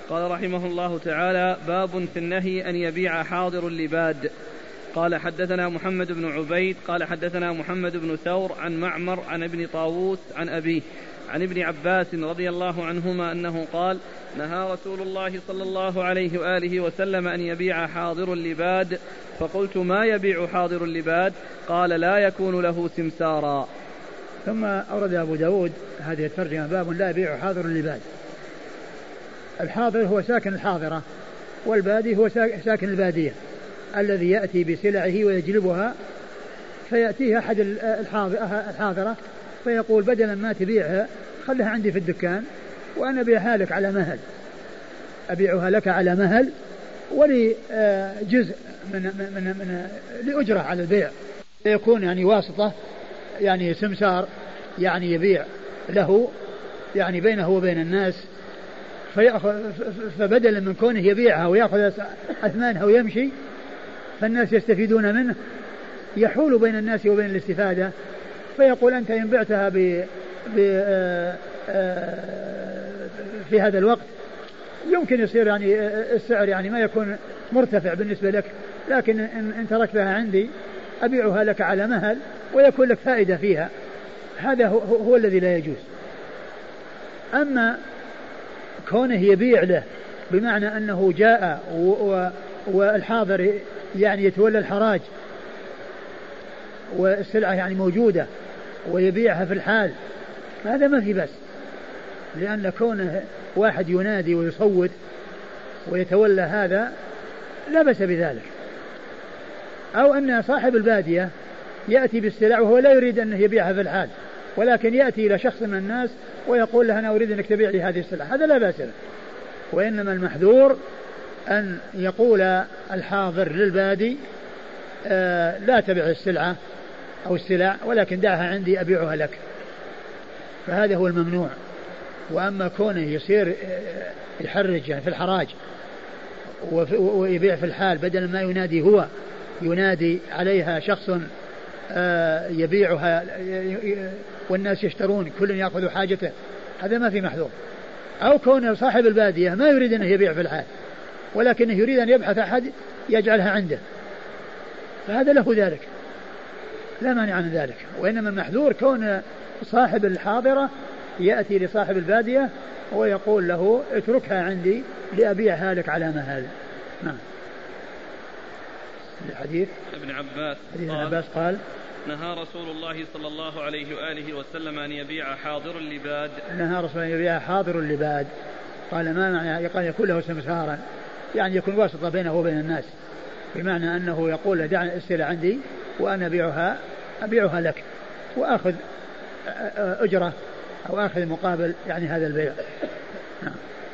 قال رحمه الله تعالى: باب في النهي أن يبيع حاضر اللباد. قال حدثنا محمد بن عبيد قال حدثنا محمد بن ثور عن معمر عن ابن طاووس عن أبيه عن ابن عباس رضي الله عنهما أنه قال: نهى رسول الله صلى الله عليه وآله وسلم أن يبيع حاضر اللباد. فقلت: ما يبيع حاضر اللباد؟ قال: لا يكون له سمسارا. ثم أورد أبو داود هذه الترجمة: باب لا يبيع حاضر اللباد. الحاضر هو ساكن الحاضرة، والبادي هو ساكن البادية الذي يأتي بسلعه ويجلبها، فيأتيه أحد الحاضرة فيقول: بدلا ما تبيعها خلها عندي في الدكان وأنا أبيعها لك على مهل، أبيعها لك على مهل ولي جزء من, من, من لأجرة على البيع، يكون يعني واسطة، يعني سمسار، يعني يبيع له يعني بينه وبين الناس، فبدلا من كونه يبيعها ويأخذ أثمانها ويمشي فالناس يستفيدون منه، يحول بين الناس وبين الاستفادة، فيقول: أنت إن بعتها ب في هذا الوقت يمكن يصير يعني السعر يعني ما يكون مرتفع بالنسبة لك، لكن إن تركتها عندي أبيعها لك على مهل ويكون لك فائدة فيها. هذا هو, هو الذي لا يجوز. أما كونه يبيع له بمعنى أنه جاء والحاضر يعني يتولى الحراج والسلعة يعني موجودة ويبيعها في الحال، هذا ما في بس، لأن كونه واحد ينادي ويصوت ويتولى هذا لا بأس بذلك. أو أن صاحب البادية يأتي بالسلع وهو لا يريد أن يبيعها في الحال، ولكن يأتي إلى شخص من الناس ويقول له: أنا أريد أنك تبيع لي هذه السلعة، هذا لا بأس به. وإنما المحذور أن يقول الحاضر للبادي: آه لا تبيع السلعة أو السلع، ولكن دعها عندي أبيعها لك، فهذا هو الممنوع. وأما كونه يصير يحرج يعني في الحراج ويبيع في الحال بدل ما ينادي هو، ينادي عليها شخص يبيعها والناس يشترون كل يأخذ حاجته، هذا ما في محذور. أو كون صاحب البادية ما يريد أن يبيع في الحال ولكنه يريد أن يبحث أحد يجعلها عنده، فهذا له ذلك، لا مانع عن ذلك. وإنما المحذور كون صاحب الحاضرة يأتي لصاحب البادية ويقول له: اتركها عندي لأبيعها لك على مهل. نعم. الحديث ابن عباس ابن عباس قال: نهى رسول الله صلى الله عليه وآله وسلم أن يبيع حاضر اللباد. نهى رسول الله أن يبيع حاضر اللباد. قال: ما معنى؟ قال: يكون له سمسارا، يعني يكون واسطة بينه وبين الناس، بمعنى أنه يقول له: دع السلع عندي وأنا أبيعها أبيعها لك وأخذ أجرة أو أخذ مقابل يعني هذا البيع. نعم.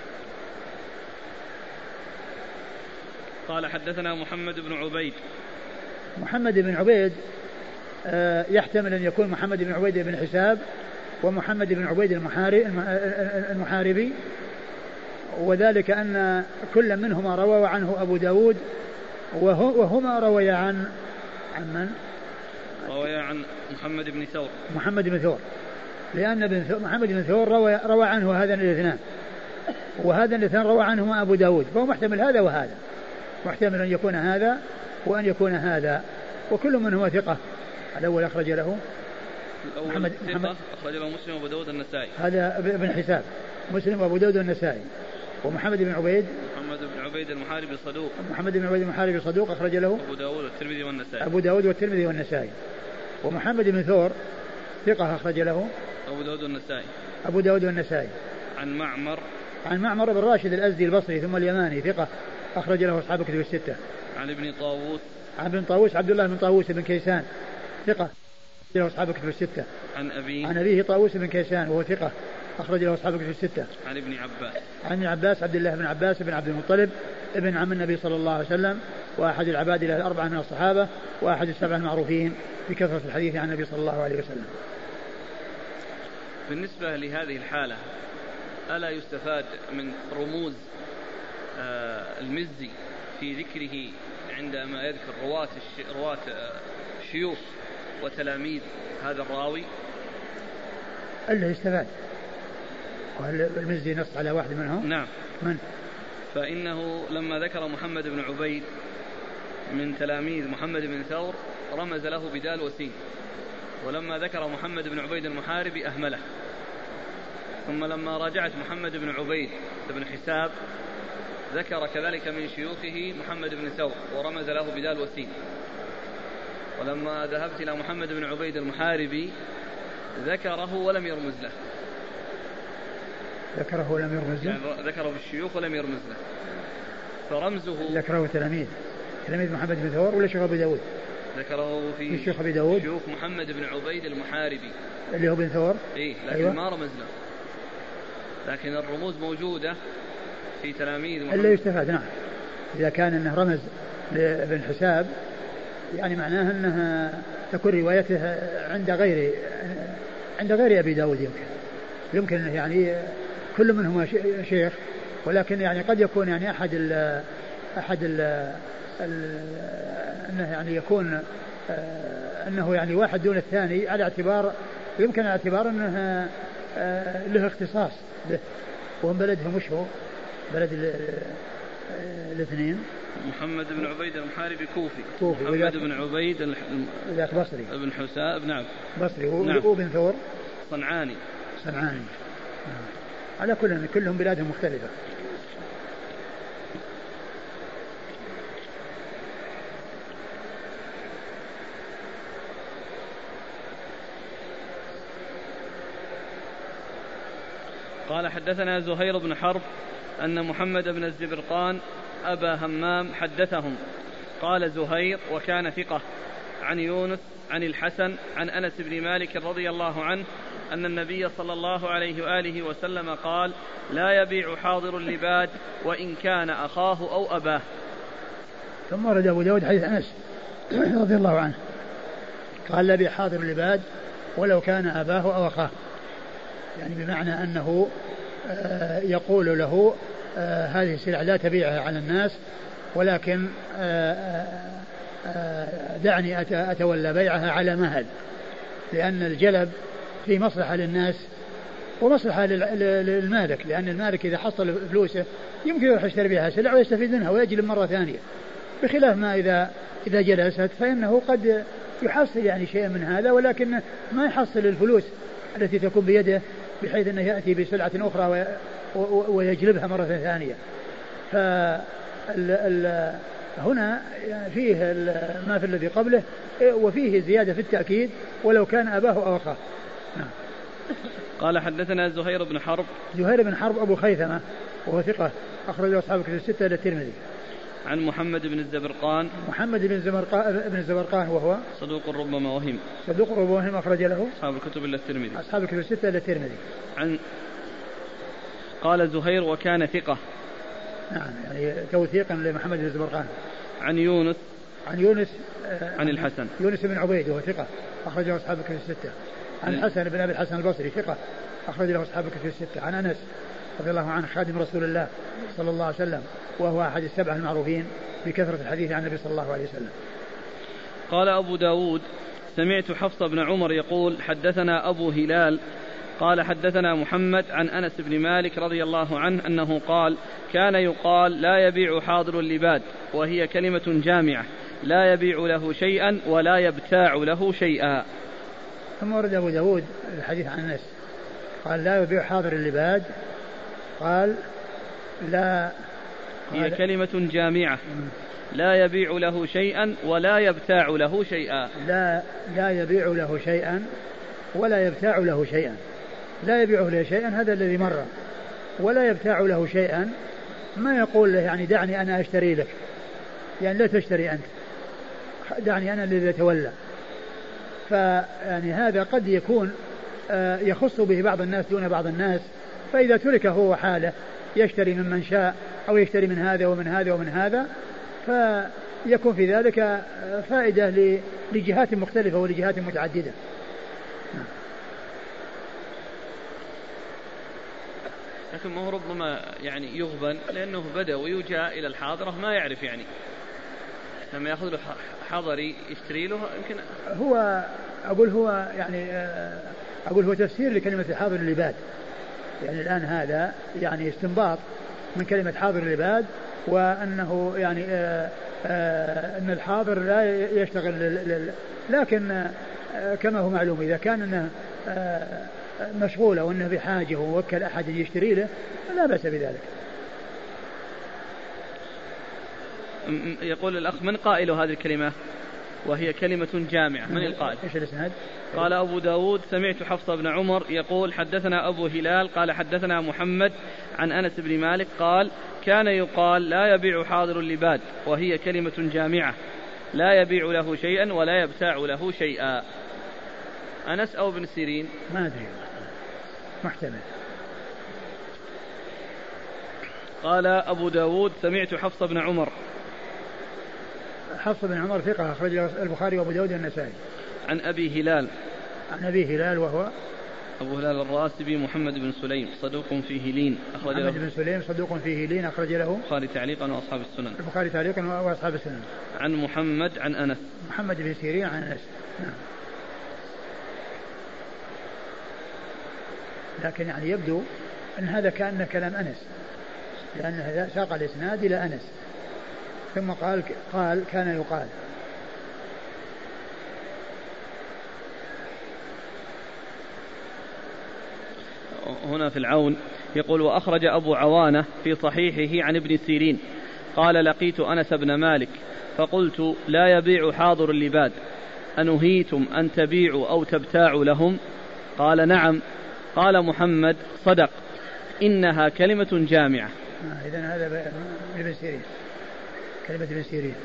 قال: حدثنا محمد بن عبيد. محمد بن عبيد يحتمل أن يكون محمد بن عبيد بن حساب ومحمد بن عبيد المحاربي، وذلك أن كل منهما روى عنه أبو داود، وهما رويا عن عن من؟ رويا عن محمد بن ثور. محمد بن ثور، لأن بن ثور محمد بن ثور روى, روى عنه هذا الاثنان، وهذا الاثنان روى عنهما أبو داود، فهو محتمل هذا وهذا، محتمل أن يكون هذا وأن يكون هذا، وكل منهما ثقة. الأول أخرج له محمد ثقة أخرج له مسلم وأبو داود النسائي، هذا ابن حساب، مسلم وأبو داود النسائي. ومحمد بن عبيد محمد بن عبيد المحاربي صدوق، محمد بن عبيد المحاربي صدوق أخرج له أبو داود والترمذي والنسائي، أبو داود والترمذي والنسائي. ومحمد بن ثور ثقة أخرج له أبو داود والنسائي، أبو داود والنسائي. عن معمر عن معمر بن راشد الأزدي البصري ثم اليماني ثقة أخرج له أصحاب الكتب الستة. عن ابن طاووس عن ابن طاووس عبد الله بن طاووس بن كيسان ثقة أخرج له أصحاب الكتب الستة. عن أبيه عن أبيه طاووس بن كيسان وهو ثقة أخرج له أصحاب الكتب الستة. عن ابن عباس عن ابن عباس عبد الله بن عباس بن عبد المطلب ابن عم النبي صلى الله عليه وسلم، وأحد العباد له الأربعة من الصحابة، وأحد السبع المعروفين بكثرة الحديث عن النبي صلى الله عليه وسلم. بالنسبة لهذه الحالة ألا يستفاد من رموز آه المزي في ذكره عندما يذكر رواة رواة شيوخ وتلاميذ هذا الراوي؟ اللي يستفاد. وهل المزي نص على واحد منهم؟ نعم. من؟ فإنه لما ذكر محمد بن عبيد من تلاميذ محمد بن ثور رمز له بدال وسين، ولما ذكر محمد بن عبيد المحاربي أهمله. ثم لما راجعت محمد بن عبيد بن حساب ذكر كذلك من شيوخه محمد بن ثور ورمز له بدال وسين. ولما ذهبت إلى محمد بن عبيد المحاربي ذكره ولم يرمز له. ذكره ولم يرمز له يعني ذكره بالشيوخ ولم يرمز له، فرمزه ذكره تلاميذ تلاميذ محمد بن ثور ولا شيخ أبي داود؟ ذكره في الشيخ أبي داود شيوخ محمد بن عبيد المحاربي اللي هو بن ثور. إيه لكن أيوة. ما رمز له، لكن الرموز موجودة في تلاميذ محمد. اللي يستفاد نعم إذا كان أنه رمز لابن حساب يعني معناه أنها تكون روايته عند غير عند غير أبي داود. يمكن يمكن يعني كل منهما شيخ، ولكن يعني قد يكون يعني أحد ال أحد ال أنه يعني يكون أنه يعني واحد دون الثاني على اعتبار يمكن على اعتبار أنه له اختصاص به، وهم بلدهم وش هو بلد الاثنين. محمد بن عبيد المحاربي كوفي, كوفي. محمد بن عبيد ذاك بصري ابن حساب نعم بصري نعم. وابن ثور صنعاني صنعاني نعم. على كل كلهم بلادهم مختلفة. قال حدثنا زهير بن حرب أن محمد بن الزبرقان أبا همام حدثهم. قال زهير وكان ثقة عن يونس عن الحسن عن أنس بن مالك رضي الله عنه أن النبي صلى الله عليه وآله وسلم قال لا يبيع حاضر اللباد وإن كان أخاه أو أباه. ثم ورد أبو داود حديث أنس رضي الله عنه قال لا يبيع حاضر اللباد ولو كان أباه أو أخاه، يعني بمعنى أنه يقول له هذه السلعة لا تبيعها على الناس، ولكن دعني أتولى بيعها على مهل، لأن الجلب في مصلحة للناس ومصلحة للمالك، لأن المالك إذا حصل فلوسه يمكن يروح يشتري بها سلعة ويستفيد منها ويجلب مرة ثانية، بخلاف ما إذا إذا جلست فإنه قد يحصل يعني شيء من هذا، ولكن ما يحصل الفلوس التي تكون بيده بحيث أنه يأتي بسلعة أخرى ويجلبها مرة ثانية. فهنا فيه ما في الذي قبله وفيه زيادة في التأكيد ولو كان أباه أو أخاه. نعم. قال حدثنا زهير بن حرب زهير بن حرب أبو خيثمة وهو ثقة أخرجه أصحاب الكتب الستة إلى الترمذي. عن محمد بن الزبرقان محمد بن الزبرقان بن الزبرقان وهو صدوق ربما وهم صدوق ربما وهم أخرج له أصحاب الكتب إلى الترمذي أصحاب الكتب الستة إلى الترمذي. عن قال زهير وكان ثقة نعم يعني توثيقا لمحمد بن الزبرقان. عن يونس عن يونس آه عن الحسن يونس بن عبيد وهو ثقة أخرجه أصحاب الكتب الستة. عن الحسن بن أبي الحسن البصري ثقة أخرج له أصحاب الكتب الستة. عن أنس رضي الله عنه خادم رسول الله صلى الله عليه وسلم وهو أحد السبعة المعروفين بكثرة الحديث عن النبي صلى الله عليه وسلم. قال أبو داود سمعت حفص بن عمر يقول حدثنا أبو هلال قال حدثنا محمد عن أنس بن مالك رضي الله عنه أنه قال كان يقال لا يبيع حاضر اللباد، وهي كلمة جامعة لا يبيع له شيئا ولا يبتاع له شيئا. ثم ورد أبو داود الحديث عن أنس قال لا يبيع حاضر اللباد قال لا هي كلمة جامعة لا يبيع له شيئا ولا يبتاع له شيئا. لا لا يبيع له شيئا ولا يبتاع له شيئا. لا يبيعه له شيئا هذا الذي مر، ولا يبتاع له شيئا ما يقول له يعني دعني أنا أشتري لك، يعني لا تشتري أنت دعني أنا الذي أتولى. فيعني هذا قد يكون يخص به بعض الناس دون بعض الناس، فإذا ترك هو حاله يشتري ممن شاء أو يشتري من هذا ومن هذا ومن هذا فيكون في ذلك فائدة لجهات مختلفة ولجهات متعددة. لكن ما هو ربما يعني يغبن لأنه بدوي وجاء إلى الحاضرة ما يعرف، يعني لما يأخذ له حضري يشتري له يمكن هو أقول هو يعني أقول هو تفسير لكلمة حاضر اللباد، يعني الآن هذا يعني استنباط من كلمة حاضر اللباد، وأنه يعني آآ آآ أن الحاضر لا يشتغل، لكن كما هو معلوم إذا كان أنه مشغول وأنه بحاجة ووكل أحد يشتري له لا بأس بذلك. يقول الأخ: من قائل هذه الكلمة وهي كلمة جامعة؟ من القائل؟ إيش الإسناد؟ قال أبو داود: سمعت حفص بن عمر يقول حدثنا أبو هلال قال حدثنا محمد عن أنس بن مالك قال: كان يقال لا يبيع حاضر اللباد، وهي كلمة جامعة لا يبيع له شيئا ولا يبتاع له شيئا. أنس أو ابن سيرين؟ ما أدري، محتمل. قال أبو داود: سمعت حفص بن عمر. حفص بن عمر ثقة أخرج البخاري وأبو داود والنسائي. عن أبي هلال. عن أبي هلال وهو أبو هلال الراسبي محمد بن سليم صدوق فيه لين أخرج له. محمد بن سليم صدوق فيه لين أخرج له البخاري تعليقا وأصحاب السنن. البخاري تعليقا وأصحاب السنن. عن محمد عن أنس. محمد بن سيرين عن أنس. نعم. لكن يعني يبدو أن هذا كأنه كلام أنس، لأنه ساق الإسناد إلى أنس ثم قال قال كان يقال. هنا في العون يقول: وأخرج أبو عوانة في صحيحه عن ابن سيرين قال: لقيت أنس بن مالك فقلت: لا يبيع حاضر اللباد، أنهيتم أن تبيعوا أو تبتاعوا لهم؟ قال: نعم. قال محمد: صدق، إنها كلمة جامعة. آه إذن هذا ابن سيرين، كلمة ابن سيرين.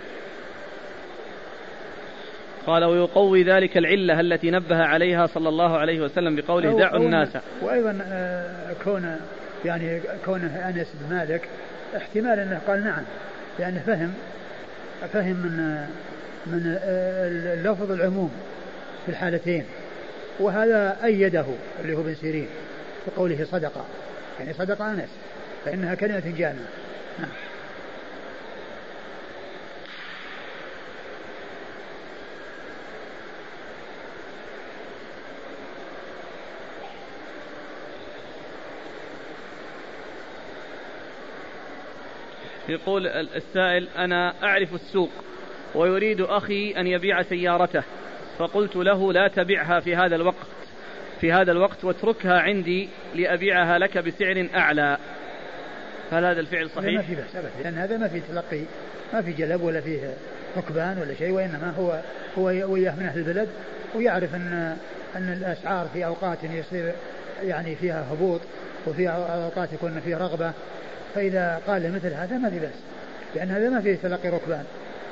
قال: ويقوي ذلك العلة التي نبه عليها صلى الله عليه وسلم بقوله: دعوا الناس. وأيضا كون يعني كونه أنس بن مالك احتمال أنه قال نعم، لأنه فهم فهم من من اللفظ العموم في الحالتين، وهذا أيده اللي هو ابن سيرين بقوله صدق، يعني صدق أنس فإنها كلمة جامعة. نعم. يقول السائل: أنا أعرف السوق ويريد أخي أن يبيع سيارته، فقلت له: لا تبيعها في هذا الوقت في هذا الوقت واتركها عندي لأبيعها لك بسعر أعلى، هل هذا الفعل صحيح؟ ما في بأس أبدا، لأن هذا ما في تلقي، ما في جلب ولا فيه ركبان ولا شيء، وإنما هو هو وياه من أهل البلد ويعرف أن أن الأسعار في أوقات يصير يعني فيها هبوط وفي أوقات يكون فيها رغبة، فإذا قال مثل هذا ما في بأس، لأن هذا ما فيه تلقي ركبان.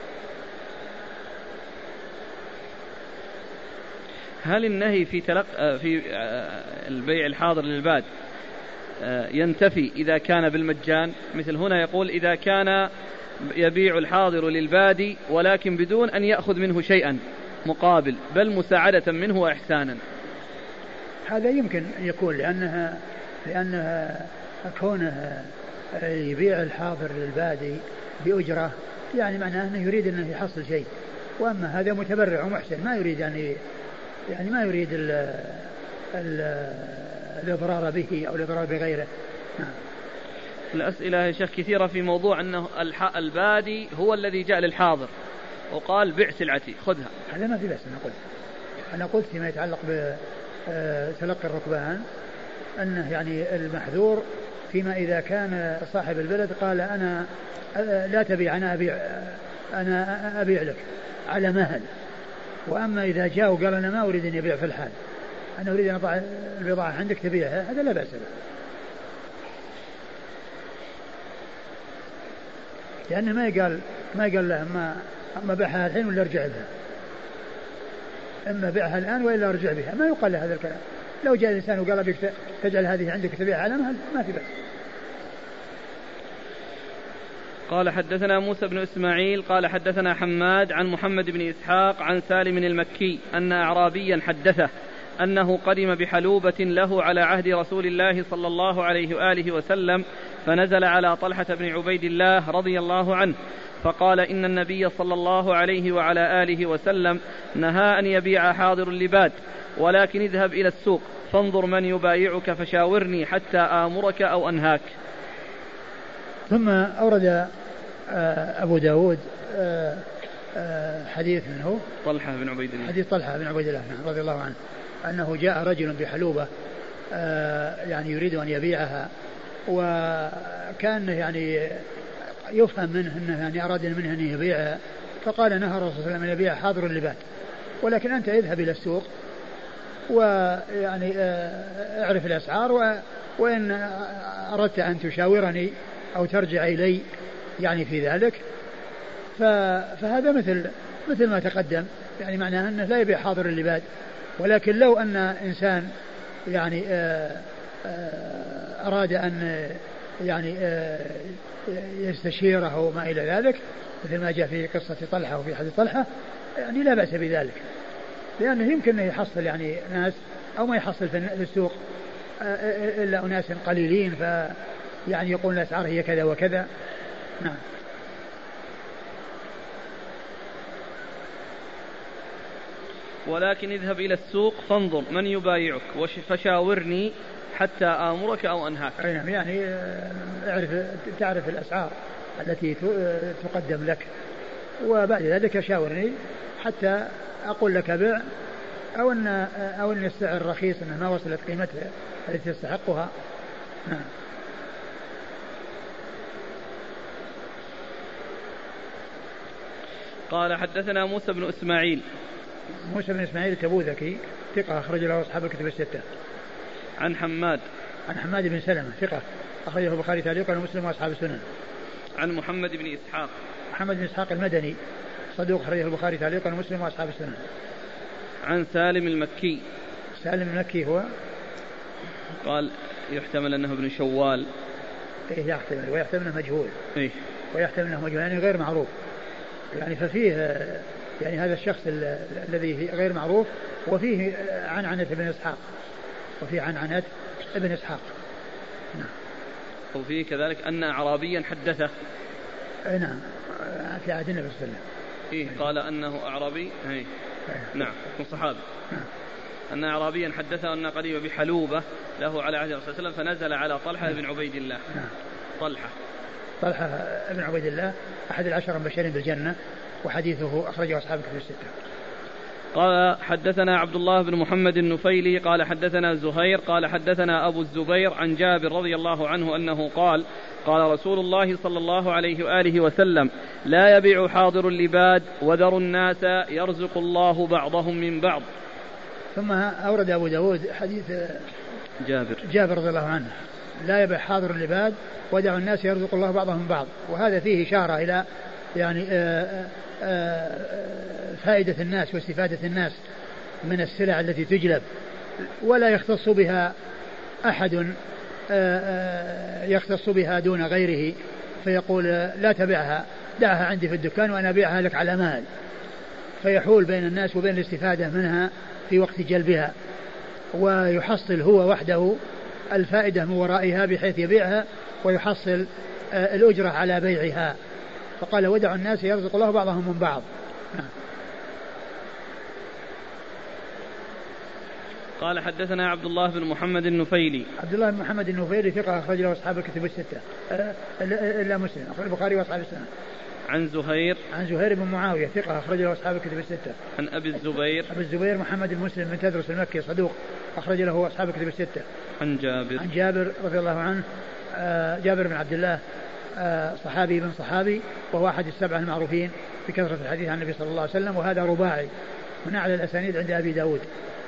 هل النهي في تلق في البيع الحاضر للباد ينتفي إذا كان بالمجان؟ مثل هنا يقول: إذا كان يبيع الحاضر للبادي ولكن بدون أن يأخذ منه شيئا مقابل، بل مساعدة منه وإحسانا. هذا يمكن أن يكون، لأنها لأنها كونه يبيع الحاضر للبادي بأجرة يعني معناه أنه يريد أنه يحصل شيء، وأما هذا متبرع ومحسن ما يريد يعني يعني ما يريد ال ال الإضرار به أو الإضرار بغيره. نعم. الأسئلة يا شيخ كثيرة في موضوع أنه البادي هو الذي جاء للحاضر وقال: بع سلعتي خذها. هذا ما في بأس. أنا قلت أنا قلت فيما يتعلق بتلقي الركبان أنه يعني المحذور فيما إذا كان صاحب البلد قال: أنا لا تبيع، أنا أبيع أنا أبيع لك على مهل، وأما إذا جاء وقال: أنا ما أريد أن يبيع في الحال، أنا أريد أن أضع البضاعة عندك تبيعها، هذا لا بأس به، لأنه ما قال ما قال له ما أما بيعها الحين ولا أرجع بها، إما بيعها الآن وإلا أرجع بها، ما يقال له هذا الكلام. لو جاء الإنسان وقال: بك تجعل هذه عندك تبيعها على مهل، ما في بأس. قال: حدثنا موسى بن إسماعيل قال حدثنا حماد عن محمد بن إسحاق عن سالم المكي أن أعرابيا حدثه أنه قدم بحلوبة له على عهد رسول الله صلى الله عليه وآله وسلم، فنزل على طلحة بن عبيد الله رضي الله عنه فقال: إن النبي صلى الله عليه وعلى آله وسلم نهى أن يبيع حاضر اللباد، ولكن اذهب إلى السوق فانظر من يبايعك فشاورني حتى آمرك أو أنهاك. ثم أورد أبو داود حديث منه طلحة بن عبيد الله حديث طلحة بن عبيد الله رضي الله عنه أنه جاء رجل بحلوبة يعني يريد أن يبيعها، وكان يعني يفهم منه أنه يعني أراد منه أن يبيعها، فقال نهى الرسول صلى الله عليه وسلم أن يبيع حاضر اللباد، ولكن أنت اذهب إلى السوق ويعني اعرف الأسعار، وإن أردت أن تشاورني أو ترجع إلي يعني في ذلك فهذا مثل مثل ما تقدم، يعني معناه أنه لا يبيع حاضر اللباد. ولكن لو أن إنسان يعني أراد أن يعني يستشيره أو ما إلى ذلك مثل ما جاء في قصة طلحة وفي حديث طلحة يعني لا بأس بذلك، لأنه يمكن أن يحصل يعني ناس أو ما يحصل في السوق إلا أناس قليلين فيعني يقول الأسعار هي كذا وكذا. نعم. ولكن اذهب إلى السوق فانظر من يبايعك فشاورني حتى آمرك أو أنهاك. يعني اعرف تعرف الأسعار التي تقدم لك، وبعد ذلك شاورني حتى أقول لك بيع أو أن أو أن السعر رخيص أنه ما وصلت قيمتها التي تستحقها. نعم. قال حدثنا موسى بن إسماعيل. موسى بن إسماعيل التبوذكي ثقة أخرج له أصحاب الكتب الستة. عن حماد. عن حماد بن سلمة ثقة أخرجه البخاري تعليقا ومسلم وأصحاب السنن. عن محمد بن إسحاق. محمد بن إسحاق المدني صدوق أخرجه البخاري تعليقا ومسلم وأصحاب السنن. عن سالم المكي. سالم المكي هو قال يحتمل أنه ابن شوال. إيه يحتمل ويحتمل أنه مجهول. إيه ويحتمل أنه مجهول يعني غير معروف، يعني ففيه يعني هذا الشخص الذي غير معروف، وفيه عنعنة ابن إسحاق وفيه عنعنة ابن إسحاق. نعم. وفيه كذلك أن أعرابيا حدثه. نعم في عهد النبي صلى الله عليه وسلم. إيه قال أنه أعرابي. إيه نعم من صحابي. نعم. أن أعرابيا حدثه أن قريب بحلوبة له على عهد الرسول صلى الله عليه وسلم فنزل على طلحة بن عبيد الله. نعم. طلحة طلحة بن عبيد الله أحد العشر المبشرين بالجنة، وحديثه أخرجه أصحاب الكتب الستة. قال حدثنا عبد الله بن محمد النفيلي قال حدثنا زهير قال حدثنا أبو الزبير عن جابر رضي الله عنه أنه قال قال رسول الله صلى الله عليه وآله وسلم لا يبيع حاضر اللباد وذروا الناس يرزق الله بعضهم من بعض. ثم أورد أبو داود حديث جابر جابر رضي الله عنه لا يبيع حاضر اللباد ودعوا الناس يرزق الله بعضهم من بعض، وهذا فيه إشارة إلى يعني آآ آآ فائدة الناس واستفادة الناس من السلع التي تجلب، ولا يختص بها أحد يختص بها دون غيره فيقول لا تبعها دعها عندي في الدكان وأنا أبيعها لك على مال، فيحول بين الناس وبين الاستفادة منها في وقت جلبها، ويحصل هو وحده الفائدة من ورائها بحيث يبيعها ويحصل الأجرة على بيعها. فقال ودعوا الناس يرزق الله بعضهم من بعض. قال حدثنا عبد الله بن محمد النفيلي. عبد الله بن محمد النفيلي ثقة أخرج له أصحاب الكتب الستة إلا مسلم أخرج البخاري وأصحاب السنة. عن زهير. عن زهير بن معاوية ثقة أخرج له أصحاب الكتب الستة. عن أبي الزبير. أبي الزبير محمد بن مسلم بن تدرس المكي صدوق أخرج له أصحاب الكتب الستة. عن جابر. عن جابر رضي الله عنه جابر بن عبد الله صحابي بن صحابي، وهو أحد السبعة المعروفين بكثرة الحديث عن النبي صلى الله عليه وسلم، وهذا رباعي من أعلى الأسانيد عند أبي داود.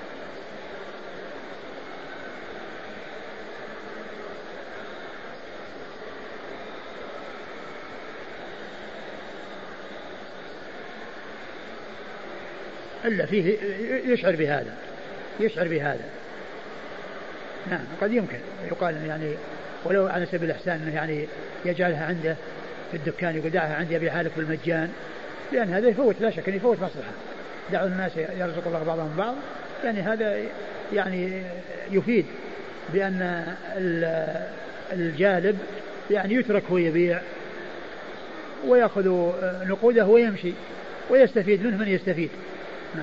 إلا فيه يشعر بهذا يشعر بهذا نعم قد يمكن يقال يعني ولو على سبيل الإحسان أنه يعني يجعلها عنده في الدكان يقول دعها عندي أبيعها لك بالمجان، لأن هذا يفوت لا شك أن يفوت مصلحة. دعوا الناس يرزق الله بعضهم بعض، يعني هذا يعني يفيد بأن الجالب يعني يترك هو يبيع ويأخذ نقوده ويمشي ويستفيد منه من يستفيد. نعم.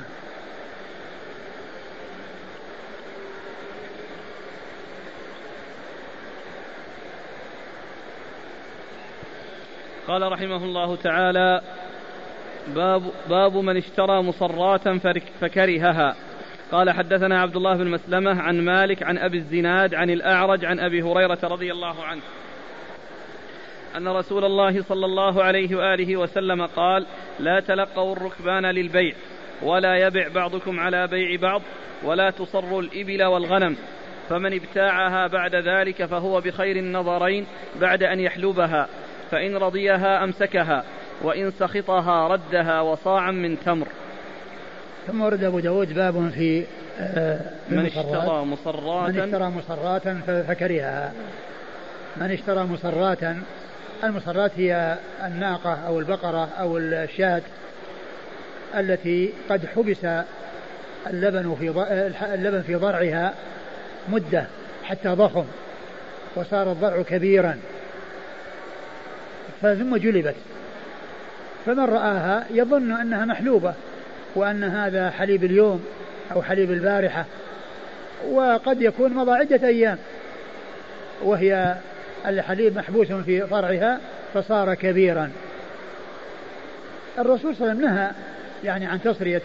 قال رحمه الله تعالى: باب, باب من اشترى مصرات فكرهها. قال: حدثنا عبد الله بن مسلمة عن مالك عن أبي الزناد عن الأعرج عن أبي هريرة رضي الله عنه أن رسول الله صلى الله عليه وآله وسلم قال: لا تلقوا الركبان للبيع، ولا يبع بعضكم على بيع بعض، ولا تصروا الإبل والغنم، فمن ابتاعها بعد ذلك فهو بخير النظرين بعد أن يحلبها، فإن رضيها أمسكها، وإن سخطها ردها وصاعا من تمر. ثم ورد أبو داود باب في من اشترى مصرات من اشترى مصرات فكرهها. من اشترى مصرات، المصرات هي الناقة أو البقرة أو الشاة التي قد حبس اللبن في اللبن في ضرعها مدة حتى ضخم وصار الضرع كبيرا ثم جلبت، فمن رآها يظن أنها محلوبة وأن هذا حليب اليوم أو حليب البارحة، وقد يكون مضى عدة أيام وهي الحليب محبوس في ضرعها فصار كبيرا. الرسول صلى الله عليه وسلم نهى يعني عن تصرية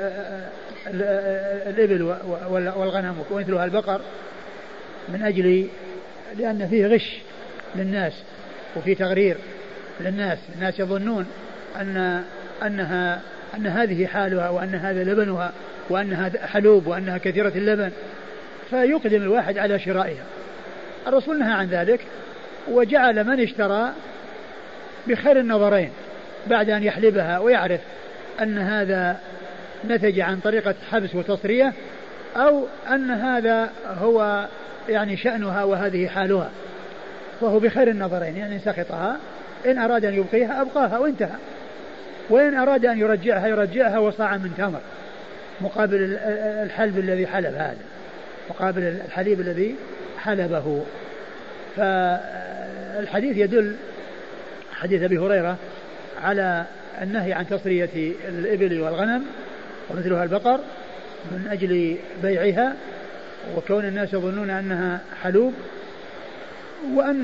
الإبل والغنم ومثلها البقر من أجل لأن فيه غش للناس وفي تغرير للناس. الناس يظنون أن أنها أن هذه حالها وأن هذا لبنها وأنها حلوب وأنها كثيرة اللبن، فيقدم الواحد على شرائها. الرسول نهى عن ذلك وجعل من اشترى بخير النظرين بعد أن يحلبها ويعرف أن هذا نتج عن طريقة حبس وتصرية أو أن هذا هو يعني شأنها وهذه حالها، فهو بخير النظرين، يعني سخطها إن أراد أن يبقيها أبقاها وانتهى، وإن أراد أن يرجعها يرجعها وصاعا من تمر مقابل الحلب الذي حلب هذا، مقابل الحليب الذي حلبه. فالحديث يدل حديث أبي هريرة على النهي عن تصرية الإبل والغنم ومثلها البقر من أجل بيعها وكون الناس يظنون أنها حلوب، وأن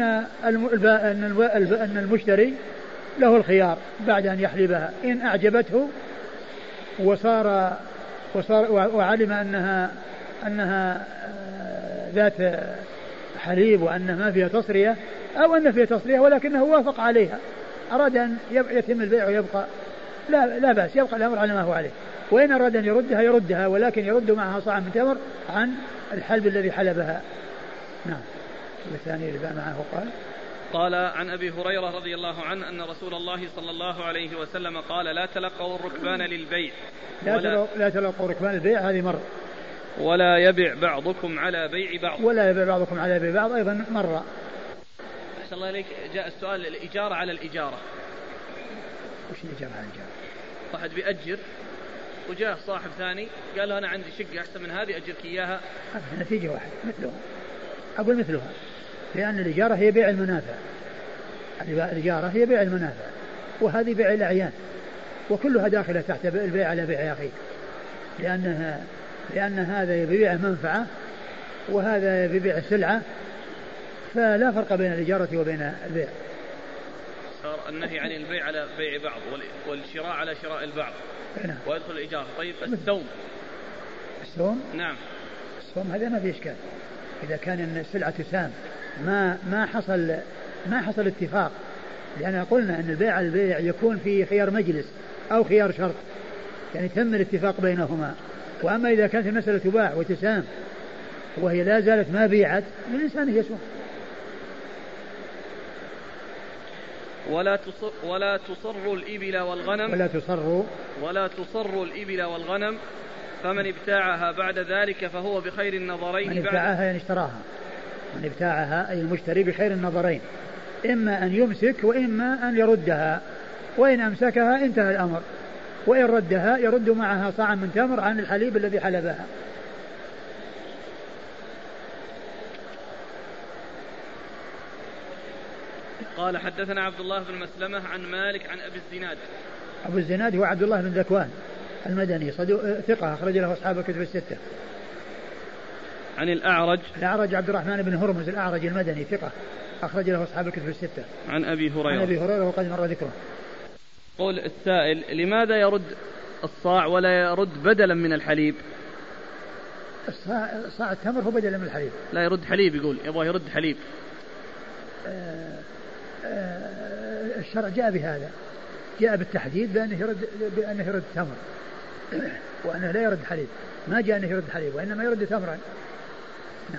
أن المشتري له الخيار بعد أن يحلبها إن أعجبته وصار وصار وعلم أنها أنها ذات حليب وأن ما فيها تصرية أو أن فيها تصرية ولكنه وافق عليها، أراد أن يتم البيع ويبقى لا, لا بأس، يبقى الأمر على ما هو عليه. وإن أراد أن يردها يردها ولكن يرد معها صاع من تمر عن الحلب الذي حلبها. نعم. الثاني اللي معه قال قال عن أبي هريرة رضي الله عنه أن رسول الله صلى الله عليه وسلم قال: لا تلقوا الركبان للبيع، لا, لا تلقوا الركبان للبيع، هذه مرة. ولا يبع بعضكم على بيع بعض، ولا يبع بعضكم على بيع بعض أيضا مرة. أحسن الله إليك. جاء السؤال: الإجارة على الإجارة، وش الإجارة على الإجارة؟ واحد بيأجر وجاء صاحب ثاني قال له: أنا عندي شقة أحسن من هذه أجرك إياها. نتيجة واحد مثلها، أقول مثلها، لأن الإجارة هي بيع المنافع، الإجارة هي بيع المنافع وهذه بيع الأعيان وكلها داخلة تحت البيع على بيع أخيك، لأنها لأن هذا يبيع منفعة وهذا يبيع سلعة، فلا فرق بين الإجارة وبين البيع. صار النهي عن البيع على بيع بعض والشراء على شراء البعض. نعم. ويدخل الإجارة. طيب السوم. السوم؟ نعم. السوم هذا ما في إشكال إذا كان السلعة تسام، ما ما حصل ما حصل اتفاق، لأن قلنا أن البيع على البيع يكون في خيار مجلس أو خيار شرط، يعني تم الاتفاق بينهما. وأما إذا كانت المسألة تباع وتسام وهي لا زالت ما بيعت، الإنسان يسوم. ولا تصر ولا تصر الإبل والغنم ولا تصر ولا تصر الإبل والغنم فمن ابتاعها بعد ذلك فهو بخير النظرين. من ابتاعها يعني اشتراها، من ابتاعها أي المشتري بخير النظرين، إما أن يمسك وإما أن يردها، وإن أمسكها انتهى الأمر، وإن ردها يرد معها صاعا من تمر عن الحليب الذي حلبها. قال: حدثنا عبد الله بن مسلمة عن مالك عن أبي الزناد. أبو الزناد هو عبد الله بن ذكوان المدني صدوق ثقة أخرج له أصحاب الكتب الستة. عن الأعرج الأعرج عبد الرحمن بن هرمز الأعرج المدني ثقة أخرج له أصحاب الكتب الستة. عن أبي هريرة. عن أبي هريرة وقد مر ذكره. قول السائل: لماذا يرد الصاع ولا يرد بدلا من الحليب؟ الصاع, صاع التمر هو بدلا من الحليب. لا يرد حليب، يقول يبغى يرد حليب. آآ آآ الشرع جاء بهذا، جاء بالتحديد بأنه يرد, بأنه يرد تمر وأنه لا يرد حليب، ما جاء أنه يرد حليب وإنما يرد تمرا. نعم.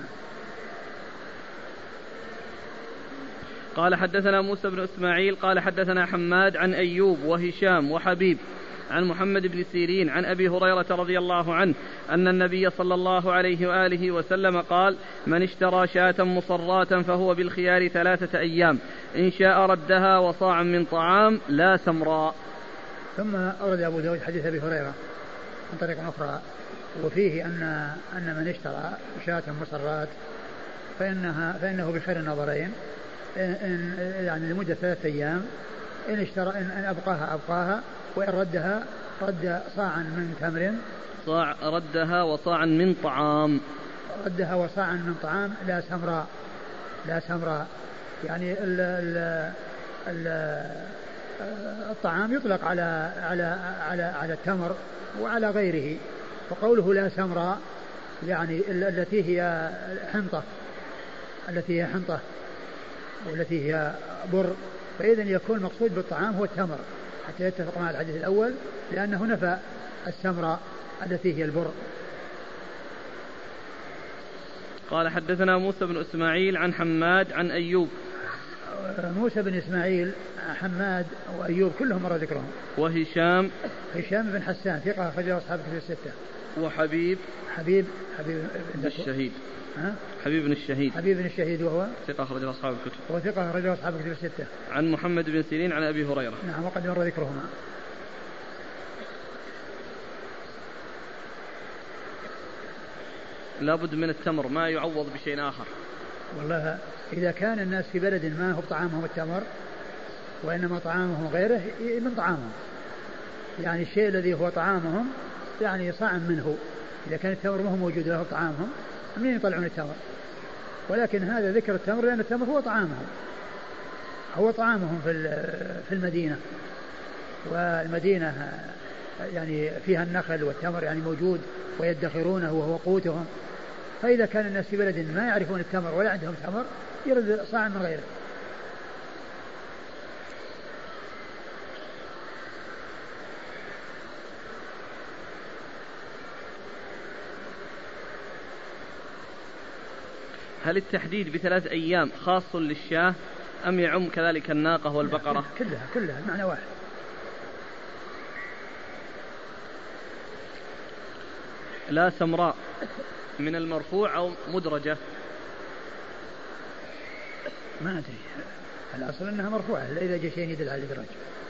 قال حدثنا موسى بن إسماعيل قال حدثنا حماد عن أيوب وهشام وحبيب عن محمد بن سيرين عن أبي هريرة رضي الله عنه أن النبي صلى الله عليه وآله وسلم قال: من اشترى شاة مصراة فهو بالخيار ثلاثة أيام، إن شاء ردها وصاعا من طعام لا سمراء. ثم أورد أبو داود حديث أبي هريرة من طريق أخرى وفيه أن أن من اشترى شاة مصرات فإنها فإنه بخير النظرين، إن يعني لمدة ثلاثة أيام، إن اشترى إن أبقاها أبقاها، وإن ردها رد صاعا من تمر، صاع ردها وصاعا من طعام، ردها وصاعا من طعام لا سمراء، لا سمراء. يعني ال ال ال الطعام يطلق على على على على التمر وعلى غيره، وقوله لا سمراء يعني التي هي حنطة، التي هي حنطة والتي هي بر، فإذا يكون المقصود بالطعام هو التمر حتى يتفق مع الحديث الأول، لأنه نفى السمراء التي هي البر. قال حدثنا موسى بن إسماعيل عن حماد عن أيوب. موسى بن إسماعيل، حماد وأيوب كلهم مر ذكرهم. وهشام هشام بن حسان ثقة أخرجه أصحاب الكتب الستة. وحبيب حبيب حبيب بن الشهيد. ها؟ حبيب بن الشهيد. حبيب بن الشهيد وهو ثقة أخرجه أصحاب الكتب. هو ثقة أخرجه أصحاب الكتب الستة. عن محمد بن سيرين عن أبي هريرة. نعم وقد مر ذكرهما. لابد من التمر، ما يعوض بشيء آخر. والله إذا كان الناس في بلد ما هو طعامهم التمر وإنما طعامهم غيره من طعامهم، يعني الشيء الذي هو طعامهم يعني صاع منه، إذا كان التمر ما هو موجود له طعامهم منين يطلعون التمر؟ ولكن هذا ذكر التمر لأن التمر هو طعامهم، هو طعامهم في في المدينة، والمدينة يعني فيها النخل والتمر يعني موجود ويدخرونه وهو قوتهم، فإذا كان الناس في بلد ما يعرفون التمر ولا عندهم تمر يرد صاع من غيره. هل التحديد بثلاث أيام خاص للشاة أم يعم كذلك الناقة والبقرة؟ كلها كلها المعنى واحد. لا سمراء من المرفوع أو مدرجة؟ ما أدري، الأصل أنها مرفوعة إلا إذا جاء شيء يدل على الإدراج.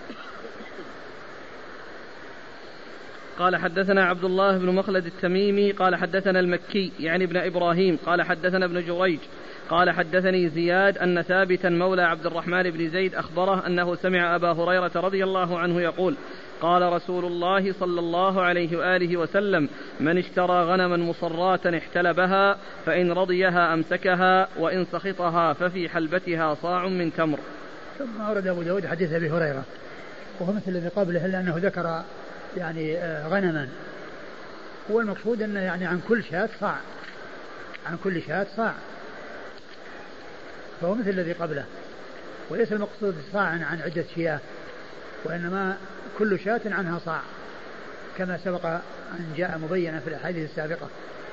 قال حدثنا عبد الله بن مخلد التميمي قال حدثنا المكي يعني ابن إبراهيم قال حدثنا ابن جريج قال حدثني زياد أن ثابتا مولى عبد الرحمن بن زيد أخبره أنه سمع أبا هريرة رضي الله عنه يقول: قال رسول الله صلى الله عليه وآله وسلم: من اشترى غنما مصراة احتلبها فإن رضيها أمسكها وإن سخطها ففي حلبتها صاع من تمر. ثم أورد أبو داود حديث أبي هريرة وهو مثل الذي قبله إلا أنه ذكر يعني غنما، والمقصود أنه يعني عن كل شاة صاع، عن كل شاة صاع، فهو مثل الذي قبله، وليس المقصود صاع عن عدة شياه، وإنما كل شاة عنها صاع كما سبق أن جاء مبينا في الأحاديث السابقة.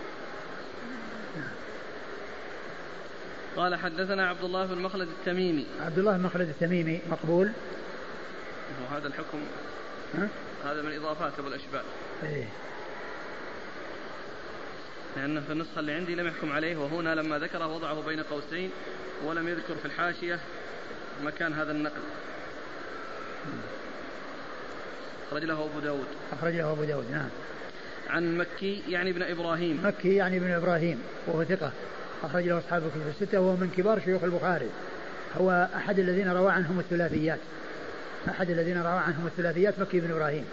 قال حدثنا عبد الله بن مخلد التميمي. عبد الله بن مخلد التميمي مقبول، وهذا الحكم ها؟ هذا من إضافات أبو الأشبال. إيه؟ لأنه في النسخة اللي عندي لم يحكم عليه، وهنا لما ذكره وضعه بين قوسين ولم يذكر في الحاشية مكان هذا النقل. أخرج له أبو داود. أخرج له أبو داود نعم. عن مكي يعني ابن إبراهيم. مكي يعني ابن إبراهيم وهو ثقة أخرج له أصحاب الكتب الستة، وهو من كبار شيوخ البخاري، هو أحد الذين روى عنهم الثلاثيات، أحد الذين روى عنهم الثلاثيات مكي بن إبراهيم،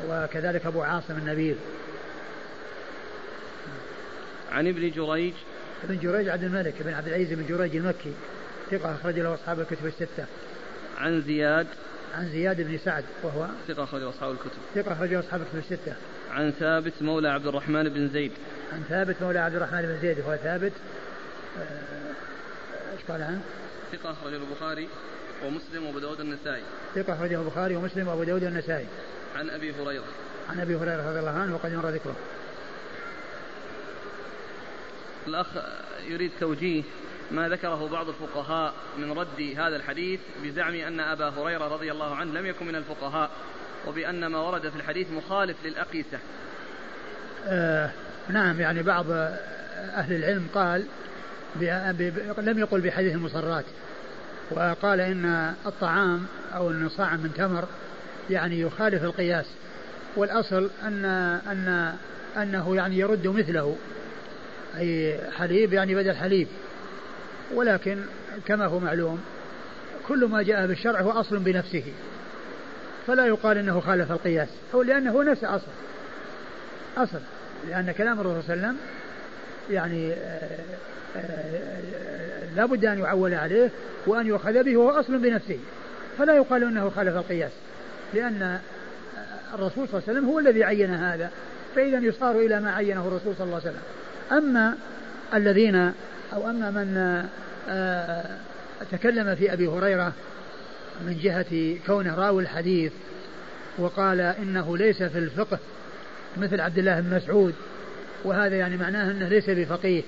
وكذلك أبو عاصم النبيل. عن ابن جريج. بن جريج عبد الملك بن عبد العزيز بن جريج المكي ثقة أخرج له أصحاب الكتب الستة. عن زياد عن زياد بن سعد وهو ثقة أخرج له أصحاب الكتب. ثقة أخرج له أصحاب الكتب الستة. عن ثابت مولى عبد الرحمن بن زيد. عن ثابت مولى عبد الرحمن بن زيد وهو ثابت ايش قال عنه؟ ثقة أخرجه البخاري ومسلم وأبو داود النسائي. ثقة أخرجه البخاري ومسلم وأبو داود النسائي. عن أبي هريرة. عن أبي هريرة رضي الله عنه وقد مر ذكره. الأخ يريد توجيه ما ذكره بعض الفقهاء من رد هذا الحديث بزعم أن أبا هريرة رضي الله عنه لم يكن من الفقهاء وبأن ما ورد في الحديث مخالف للأقيسة. آه نعم، يعني بعض أهل العلم قال لم يقل بحديث المصرات، وقال إن الطعام أو أن صاع من تمر يعني يخالف القياس، والأصل أن أن أنه يعني يرد مثله، أي حليب يعني بدل حليب. ولكن كما هو معلوم كل ما جاء بالشرع هو أصل بنفسه، فلا يقال إنه خالف القياس، أو لأنه نفس أصل أصل لأن كلام الرسول صلى الله عليه وسلم يعني لا بد أن يعول عليه وأن يؤخذ به وهو أصل بنفسه، فلا يقال إنه خالف القياس، لأن الرسول صلى الله عليه وسلم هو الذي عين هذا، فإذا يصار إلى ما عينه الرسول صلى الله عليه وسلم. أما الذين أو أما من تكلم في أبي هريرة من جهة كونه راوي الحديث وقال إنه ليس في الفقه مثل عبد الله بن مسعود، وهذا يعني معناه أنه ليس بفقيه،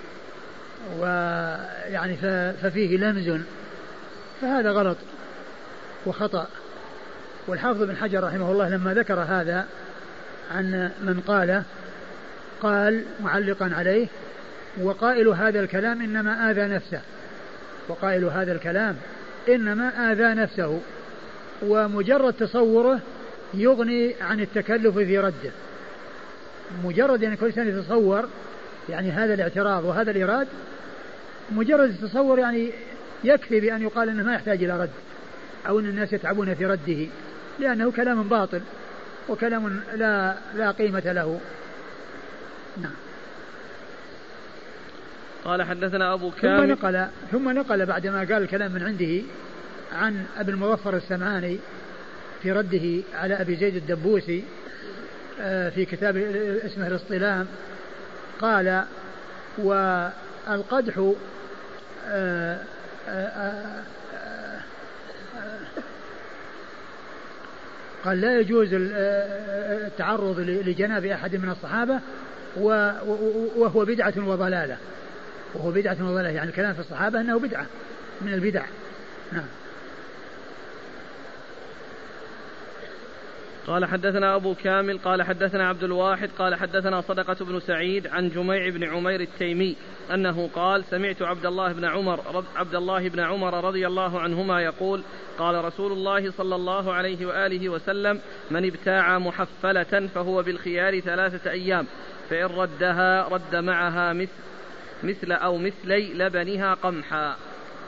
ويعني ففيه لمز، فهذا غلط وخطأ. والحافظ بن حجر رحمه الله لما ذكر هذا عن من قال قال معلقا عليه: وقائل هذا الكلام إنما آذى نفسه، وقائل هذا الكلام إنما آذى نفسه، ومجرد تصوره يغني عن التكلف في رده. مجرد يعني كل إنسان يتصور يعني هذا الاعتراض وهذا الإيراد، مجرد التصور يعني يكفي بأن يقال أنه ما يحتاج إلى رد، أو أن الناس يتعبون في رده، لأنه كلام باطل وكلام لا لا قيمة له. نعم. قال حدثنا أبو كامل ثم نقل ثم نقل بعدما قال الكلام من عنده عن أبي المظفر السمعاني في رده على أبي زيد الدبوسي في كتاب اسمه الاصطلام، قال: والقدح قال لا يجوز التعرض لجناب أحد من الصحابة وهو بدعة وضلالة، وهو بدعة وضلالة، يعني الكلام في الصحابة أنه بدعة من البدع. نعم. قال حدثنا أبو كامل قال حدثنا عبد الواحد قال حدثنا صدقة بن سعيد عن جميع بن عمير التيمي أنه قال: سمعت عبد الله بن عمر عبد الله بن عمر رضي الله عنهما يقول: قال رسول الله صلى الله عليه وآله وسلم: من ابتاع محفلة فهو بالخيار ثلاثة أيام، فإن ردها رد معها مثل مثل أو مثلي لبنها قمحا.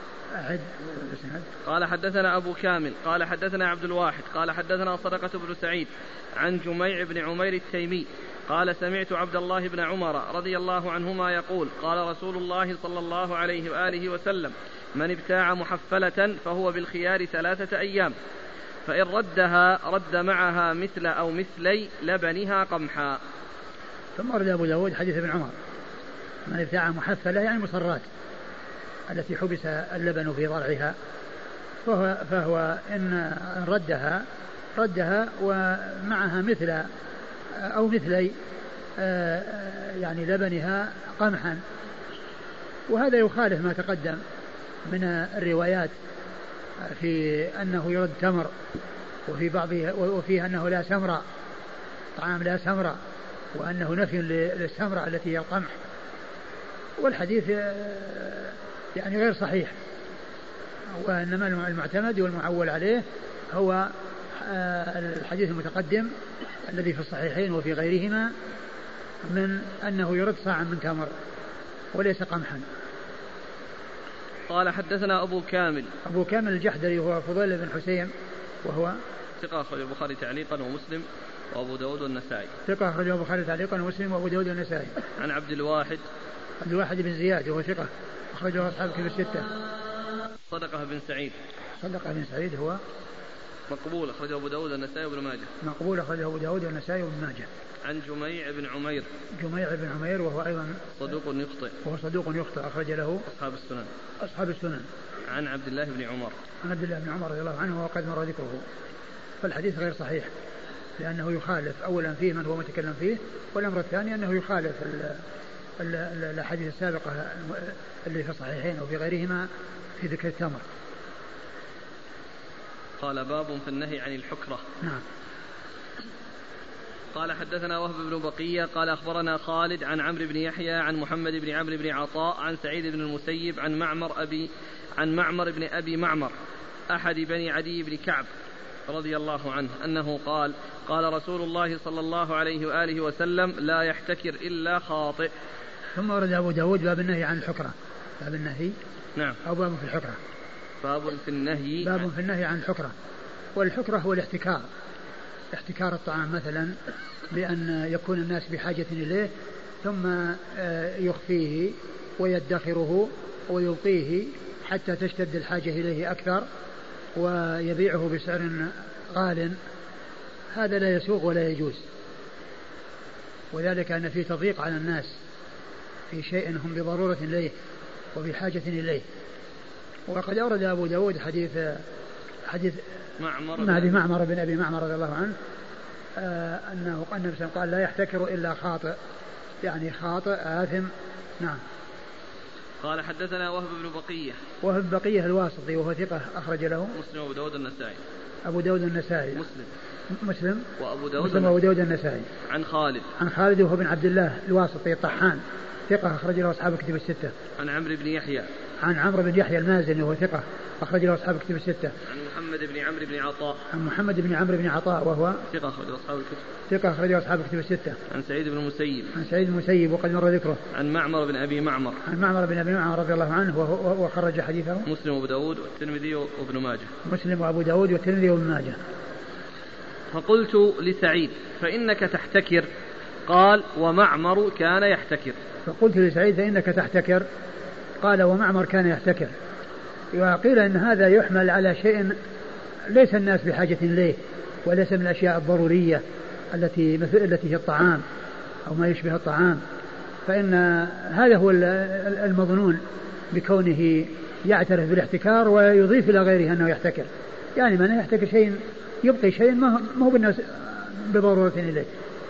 قال حدثنا أبو كامل قال حدثنا عبد الواحد قال حدثنا صدقة بن سعيد عن جميع بن عمير التيمي قال: سمعت عبد الله بن عمر رضي الله عنهما يقول: قال رسول الله صلى الله عليه وآله وسلم: من ابتاع محفلة فهو بالخيار ثلاثة أيام، فإن ردها رد معها مثل أو مثلي لبنها قمحا. ثم ورد أبو داود حديث ابن عمر: من ابتاع محفلة يعني مصرات التي حبس اللبن في ضرعها، فهو, فهو إن ردها ردها ومعها مثل أو مثلي يعني لبنها قمحا. وهذا يخالف ما تقدم من الروايات في أنه يرد تمر، وفي بعضها وفيها أنه لا سمرة، طعام لا سمرة، وأنه نفي للسمرة التي هي القمح. والحديث يعني غير صحيح، وإنما المعتمد والمعول عليه هو الحديث المتقدم الذي في الصحيحين وفي غيرهما من أنه يرد صاعا من تمر وليس قمحا. قال حدثنا أبو كامل أبو كامل الجحدري هو فضيل بن حسين وهو ثقة أخرج البخاري تعليقا ومسلم وأبو داود والنسائي. ثقة أخرج البخاري تعليقا ومسلم وأبو داود والنسائي. عن عبد الواحد عبد الواحد بن زياد وهو ثقة أخرجه أصحاب الكتب الستة. صدقة بن سعيد. صدقة بن سعيد هو مقبول أخرجه أبو داود والنسائي وابن ماجه. مقبول أخرجه أبو داود والنسائي وابن ماجه. عن جميع بن عمير. جميع بن عمير وهو أيضا صدوق يخطئ. وهو صدوق يخطئ أخرج له أصحاب السنن. أصحاب السنن. عن عبد الله بن عمر. عن عبد الله بن عمر رضي الله عنه وقد مر ذكره. فالحديث غير صحيح لأنه يخالف أولا فيه من هو متكلم فيه، والأمر الثاني أنه يخالف الأحاديث السابقة اللي في الصحيحين وفي غيرهما في ذكر التمر. قال باب في النهي عن الحكرة. نعم. قال حدثنا وهب بن بقية قال أخبرنا خالد عن عمرو بن يحيى عن محمد بن عمرو بن عطاء عن سعيد بن المسيب عن معمر أبي عن معمر بن أبي معمر أحد بني عدي بن كعب رضي الله عنه أنه قال قال رسول الله صلى الله عليه وآله وسلم لا يحتكر إلا خاطئ. ثم ورد أبو داود باب النهي عن الحكرة. باب النهي. نعم. أو باب في الحكرة. باب في النهي. باب في النهي عن الحكرة. والحكرة هو الاحتكار، احتكار الطعام مثلا بأن يكون الناس بحاجة إليه ثم يخفيه ويدخره ويلقيه حتى تشتد الحاجة إليه أكثر ويبيعه بسعر غال. هذا لا يسوغ ولا يجوز، وذلك أن فيه تضييق على الناس في شيء هم بضرورة إليه وبحاجة إليه. وقد أورد أبو داود حديث حديث معمر بن معمر بن أبي معمر رضي الله عنه آه أنه النبي قال لا يحتكر إلا خاطئ، يعني خاطئ آثم. نعم. قال حدثنا وهب بن بقية. وهب بقية الواسطي وهو ثقة أخرج له مسلم وأبو داود النسائي. أبو داود النسائي. مسلم. مسلم وأبو داود. مسلم وأبو داود النسائي. عن خالد. عن خالد وهو بن عبد الله الواسطي الطحان ثقة أخرج له أصحاب الكتب الستة. عن عمرو بن يحيى. عن عمرو بن يحيى المازني وهو ثقة أخرج له أصحاب الكتب الستة. عن محمد بن عمرو بن عطاء. عن محمد بن عمرو بن عطاء وهو ثقة أخرج له أصحاب الكتب. ثقة أخرج له أصحاب الكتب الستة. عن سعيد بن المسيب. عن سعيد بن المسيب وقد مر ذكره. عن معمر بن أبي معمر. عن معمر بن أبي معمر رضي الله عنه وهو وخرج حديثه مسلم وأبو داود والترمذي وابن ماجه. مسلم وأبو داود والترمذي وابن ماجه. فقلت لسعيد فإنك تحتكر، قال ومعمر كان يحتكر. فقلت لسعيد فإنك تحتكر، قال ومعمر كان يحتكر. وقيل إن هذا يحمل على شيء ليس الناس بحاجة إليه وليس من الأشياء الضرورية التي مثل التي هي الطعام أو ما يشبه الطعام، فإن هذا هو المظنون بكونه يعترف بالاحتكار ويضيف إلى غيره أنه يحتكر، يعني من يحتكر شيء يبقي شيء ما هو بالناس بضرورة إليه.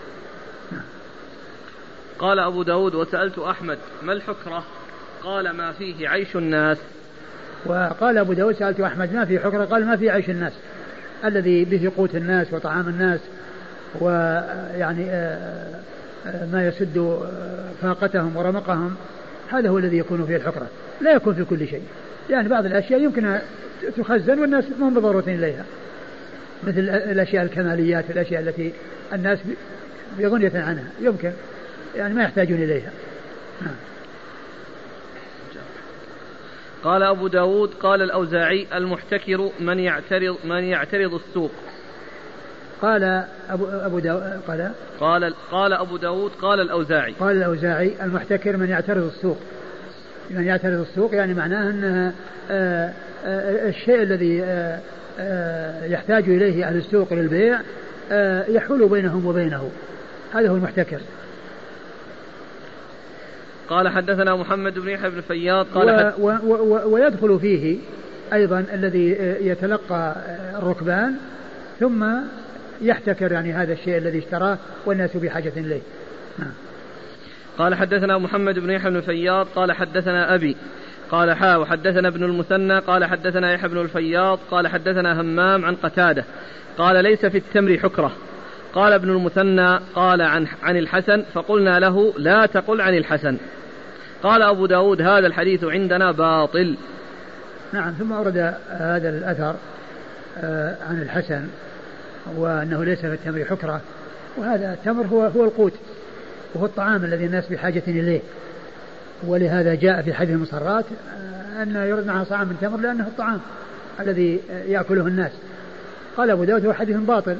قال أبو داود وسألت أحمد ما الحكرة؟ قال ما فيه عيش الناس. وقال أبو داود سألت أحمد ما فيه حكرة؟ قال ما فيه عيش الناس الذي به قوت الناس وطعام الناس ويعني ما يسد فاقتهم ورمقهم، هذا هو الذي يكون فيه الحكرة، لا يكون في كل شيء. يعني بعض الأشياء يمكن تخزن والناس ما بضرورة إليها، مثل الأشياء الكماليات والأشياء التي الناس بغنية عنها يمكن يعني ما يحتاجون إليها. قال أبو داود قال الأوزاعي المحتكر من يعترض من يعترض السوق. قال أبو أبو داود قال قال قال أبو داود قال الأوزاعي قال الأوزاعي المحتكر من يعترض السوق. من يعترض السوق يعني معناه أن الشيء الذي يحتاج إليه أهل السوق للبيع يحول بينهم وبينه، هذا هو المحتكر. قال حدثنا محمد بن يحيى بن فياض قال و و و ويدخل فيه أيضا الذي يتلقى الركبان ثم يحتكر يعني هذا الشيء الذي اشتراه والناس بحاجة إليه. قال حدثنا محمد بن يحيى بن فياض قال حدثنا أبي قال حا وحدثنا ابن المثنى قال حدثنا يحيى بن الفياض قال حدثنا همام عن قتادة قال ليس في التمر حكرة. قال ابن المثنى قال عن, عن الحسن فقلنا له لا تقل عن الحسن. قال أبو داود هذا الحديث عندنا باطل. نعم. ثم أورد هذا الأثر عن الحسن وأنه ليس في التمر حكرة، وهذا التمر هو, هو القوت وهو الطعام الذي الناس بحاجة إليه، ولهذا جاء في حديث المصرات أن يرد معها طعام من تمر لأنه الطعام الذي يأكله الناس. قال أبو داود هو حديث باطل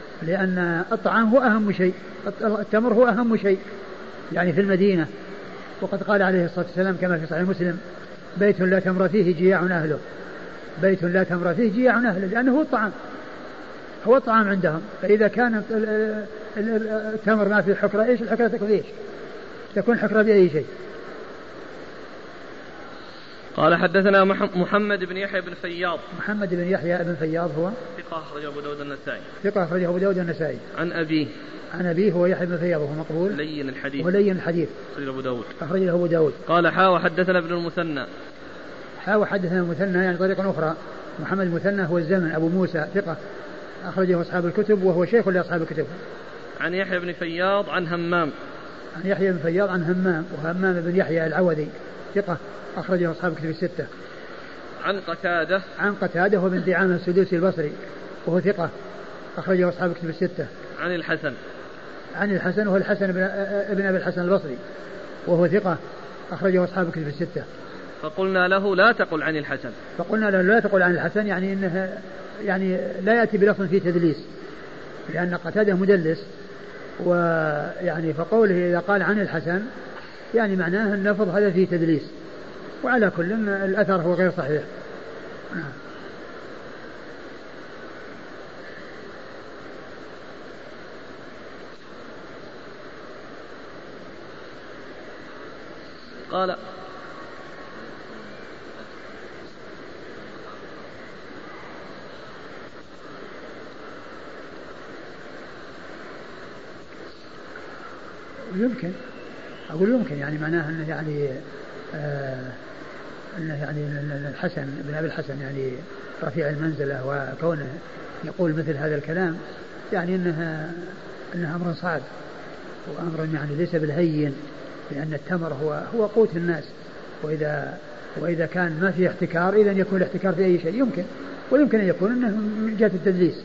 لأن الطعام هو أهم شيء، التمر هو أهم شيء يعني في المدينة، وقد قال عليه الصلاة والسلام كما في صحيح مسلم: بيت لا تمر فيه جياع أهله، بيت لا تمر فيه جياع أهله، لأنه هو الطعام، هو الطعام عندهم. فإذا كان التمر ما في الحكرة، إيش الحكرة تكون إيش؟ تكون حكرة بأي شيء. قال حدثنا محمد بن يحيى بن فياض. محمد بن يحيى بن فياض هو ثقة أخرجه أبو داود النسائي. ثقة أخرجه أبو داود النسائي. عن أبيه. عن أبيه هو يحيى بن فياض وهو مقبول. لين الحديث. ولين الحديث. أخرجه أبو داود. أخرجه أبو داود. قال حا وحدثنا ابن المثنى. حا وحدثنا المثنى يعني طريقة أخرى. محمد المثنى هو الزمن أبو موسى ثقة أخرجه أصحاب الكتب وهو شيخ لأصحاب الكتب. عن يحيى بن فياض عن همام. عن يحيى بن فياض عن همام وهمام بن يحيى العوذي ثقة أخرجه أصحاب الكتب الستة. عن قتادة. عن قتادة وابن دعامة السدوسي البصري وهو ثقة أخرجه أصحاب الكتب الستة. عن الحسن. عن الحسن وهو الحسن ابن أبي الحسن البصري وهو ثقة أخرجه أصحاب الكتب الستة. فقلنا له لا تقل عن الحسن. فقلنا له لا تقل عن الحسن يعني إنه يعني لا يأتي بلفظ فيه تدليس، لأن قتادة مدلس، ويعني فقوله إذا قال عن الحسن يعني معناه أن اللفظ هذا فيه تدليس، وعلى كل الأثر هو غير صحيح. قال يمكن أقول يمكن يعني معناه أنه يعني آه أنه يعني الحسن بن أبي الحسن يعني رفيع المنزلة، وكونه يقول مثل هذا الكلام يعني أنها أنها أمر صعب وأمر يعني ليس بالهين، لأن التمر هو هو قوت الناس، وإذا وإذا كان ما في احتكار إذا يكون الاحتكار في أي شيء يمكن، ويمكن أن يكون أنه من جهة التدليس.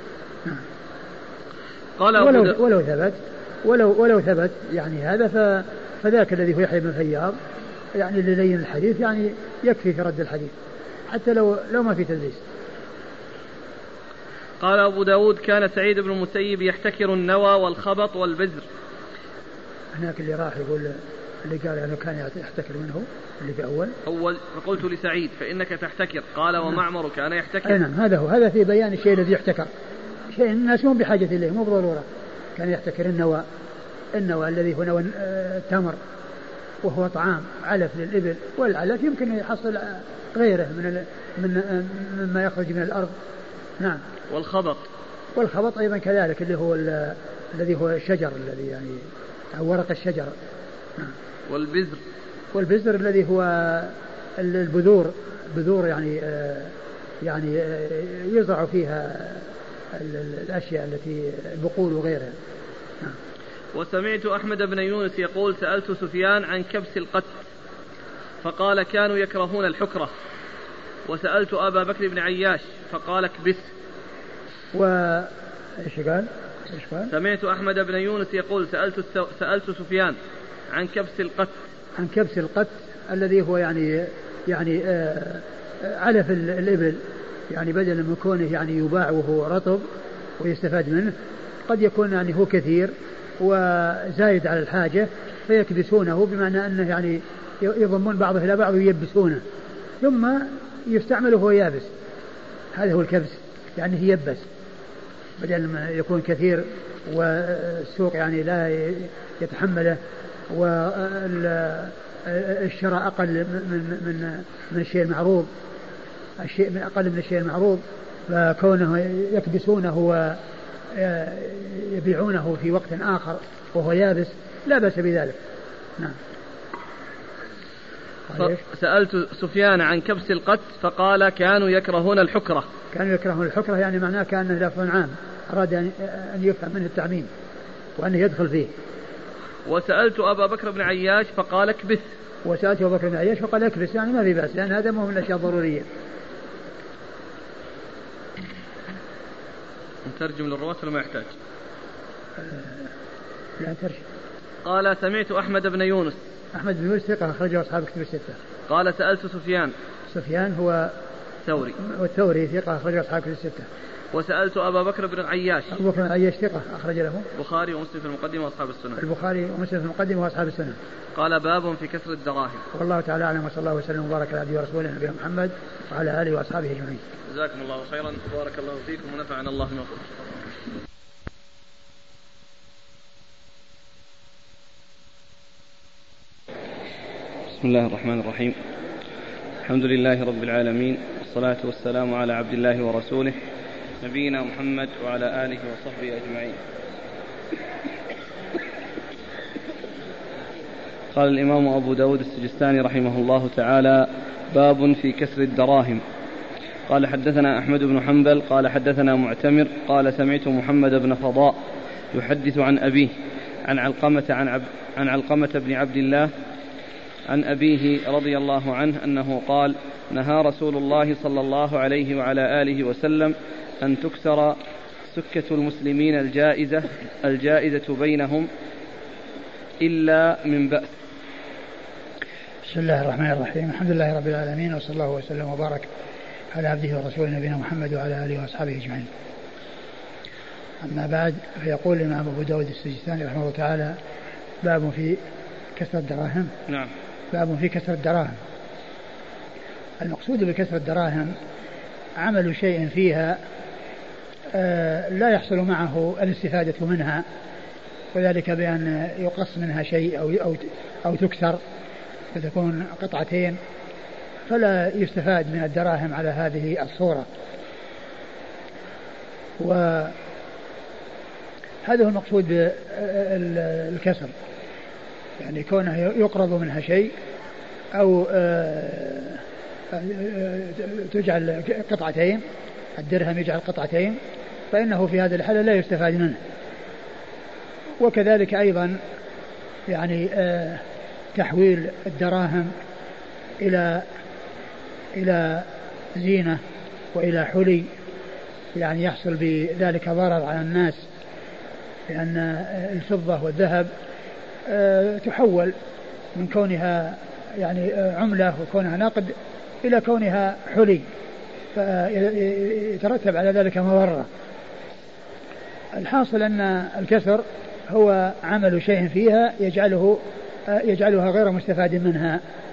قال ولو, ولو ثبت ولو ولو ثبت يعني هذا فذاك الذي هو يحيى بن فياض يعني للين الحديث يعني يكفي في رد الحديث حتى لو لو ما في تدليس. قال أبو داود كان سعيد بن المسيب يحتكر النوى والخبط والبزر. هناك اللي راح يقول اللي قال أنه كان يحتكر منه اللي في أول أول فقلت لسعيد فإنك تحتكر قال ومعمر كان يحتكر. نعم هذا هو، هذا في بيان الشيء الذي يحتكر، شيء الناس مو بحاجة إليه مو بضرورة. كان يحتكر النوى، النوى الذي هو نوى التمر وهو طعام علف للإبل، والعلف يمكن أن يحصل غيره من من مما يخرج من الأرض. نعم. والخبط. والخبط أيضا كذلك اللي هو الذي هو الشجر الذي يعني أو ورق الشجر. نعم. والبذر. والبذر الذي هو البذور، بذور يعني يعني يزرع فيها الأشياء التي البقول وغيرها. نعم. وسمعت أحمد بن يونس يقول سألت سفيان عن كبس القت فقال كانوا يكرهون الحكرة، وسألت أبا بكر بن عياش فقال اكبس. و إيش قال؟ إيش قال؟ سمعت أحمد بن يونس يقول سألت السو... سألت سفيان عن كبس القت. عن كبس القت الذي هو يعني يعني آه علف الإبل، يعني بدل من كونه يعني يباع وهو رطب ويستفاد منه قد يكون يعني هو كثير وزايد على الحاجة فيكبسونه، بمعنى أنه يعني يضمون بعضه إلى بعض ويبسونه ثم يستعمله وهو يابس. هذا هو الكبس، يعني هي يبس بدل ما يكون كثير والسوق يعني لا يتحمله والشراء أقل من من من الشيء المعروض، الشيء من أقل من الشيء المعروض، فكونه يكبسونه ويبيعونه في وقت آخر وهو يابس لا بأس بذلك. نعم. سألت سفيان عن كبس القت فقال كانوا يكرهون الحكرة. كانوا يكرهون الحكرة يعني معناه كأنه لفظ عام أراد أن يفهم منه التعميم وأنه يدخل فيه. وسألت أبا بكر بن عياش فقال اكبس. وسألت أبا بكر بن عياش فقال اكبس، يعني ما في بأس لأن هذا مو من الأشياء الضرورية. نترجم للرواة ولا ما يحتاج؟ أه لا ترجم. قال سمعت أحمد بن يونس. أحمد بن يونس ثقة أخرجه أصحاب كتب الستة. قال سألت سفيان. سفيان هو الثوري. والثوري ثقة أخرج أصحاب كتب الستة. وسألت أبا بكر بن عياش. أبو بكر بن عياش ثقة أخرج له البخاري ومسلم في المقدمة وأصحاب السنن. البخاري ومسلم في المقدمة وأصحاب السنن. قال باب في كسر الدراهم. والله تعالى أعلم، وصلى الله وسلم وبارك على عبده ورسوله نبينا محمد وعلى آله وأصحابه أجمعين. جزاكم الله خيرا وبارك الله فيكم ونفعنا الله بما قلتم. بسم الله الرحمن الرحيم. الحمد لله رب العالمين، والصلاة والسلام على عبد الله ورسوله نبينا محمد وعلى آله وصحبه أجمعين. قال الإمام أبو داود السجستاني رحمه الله تعالى: باب في كسر الدراهم. قال حدثنا أحمد بن حنبل قال حدثنا معتمر قال سمعت محمد بن فضاء يحدث عن أبيه عن علقمة عن, عب عن علقمة بن عبد الله عن أبيه رضي الله عنه أنه قال: نهى رسول الله صلى الله عليه وعلى آله وسلم أن تكسر سكة المسلمين الجائزة الجائزة بينهم إلا من بأس. بسم الله الرحمن الرحيم. الحمد لله رب العالمين، وصلى الله وسلم وبارك على عبده ورسوله نبينا محمد وعلى آله وأصحابه أجمعين. أما بعد، فيقول الإمام أبو داود السجستاني رحمه الله تعالى: باب في كسر الدراهم. نعم. باب في كسر الدراهم. المقصود بكسر الدراهم عمل شيء فيها آه لا يحصل معه الاستفادة منها، وذلك بأن يقص منها شيء أو أو أو تكسر فتكون قطعتين، فلا يستفاد من الدراهم على هذه الصورة. وهذا هو المقصود بالكسر، يعني كونه يقرض منها شيء أو تجعل قطعتين، الدرهم يجعل قطعتين، فإنه في هذه الحالة لا يستفاد منه. وكذلك أيضا يعني تحويل الدراهم إلى إلى زينة وإلى حلي، يعني يحصل بذلك ضرر على الناس، لأن الفضة والذهب تحول من كونها يعني عملة وكونها نقد إلى كونها حلي، فيترتب على ذلك مضرة. الحاصل أن الكسر هو عمل شيء فيها يجعله يجعلها غير مستفاد منها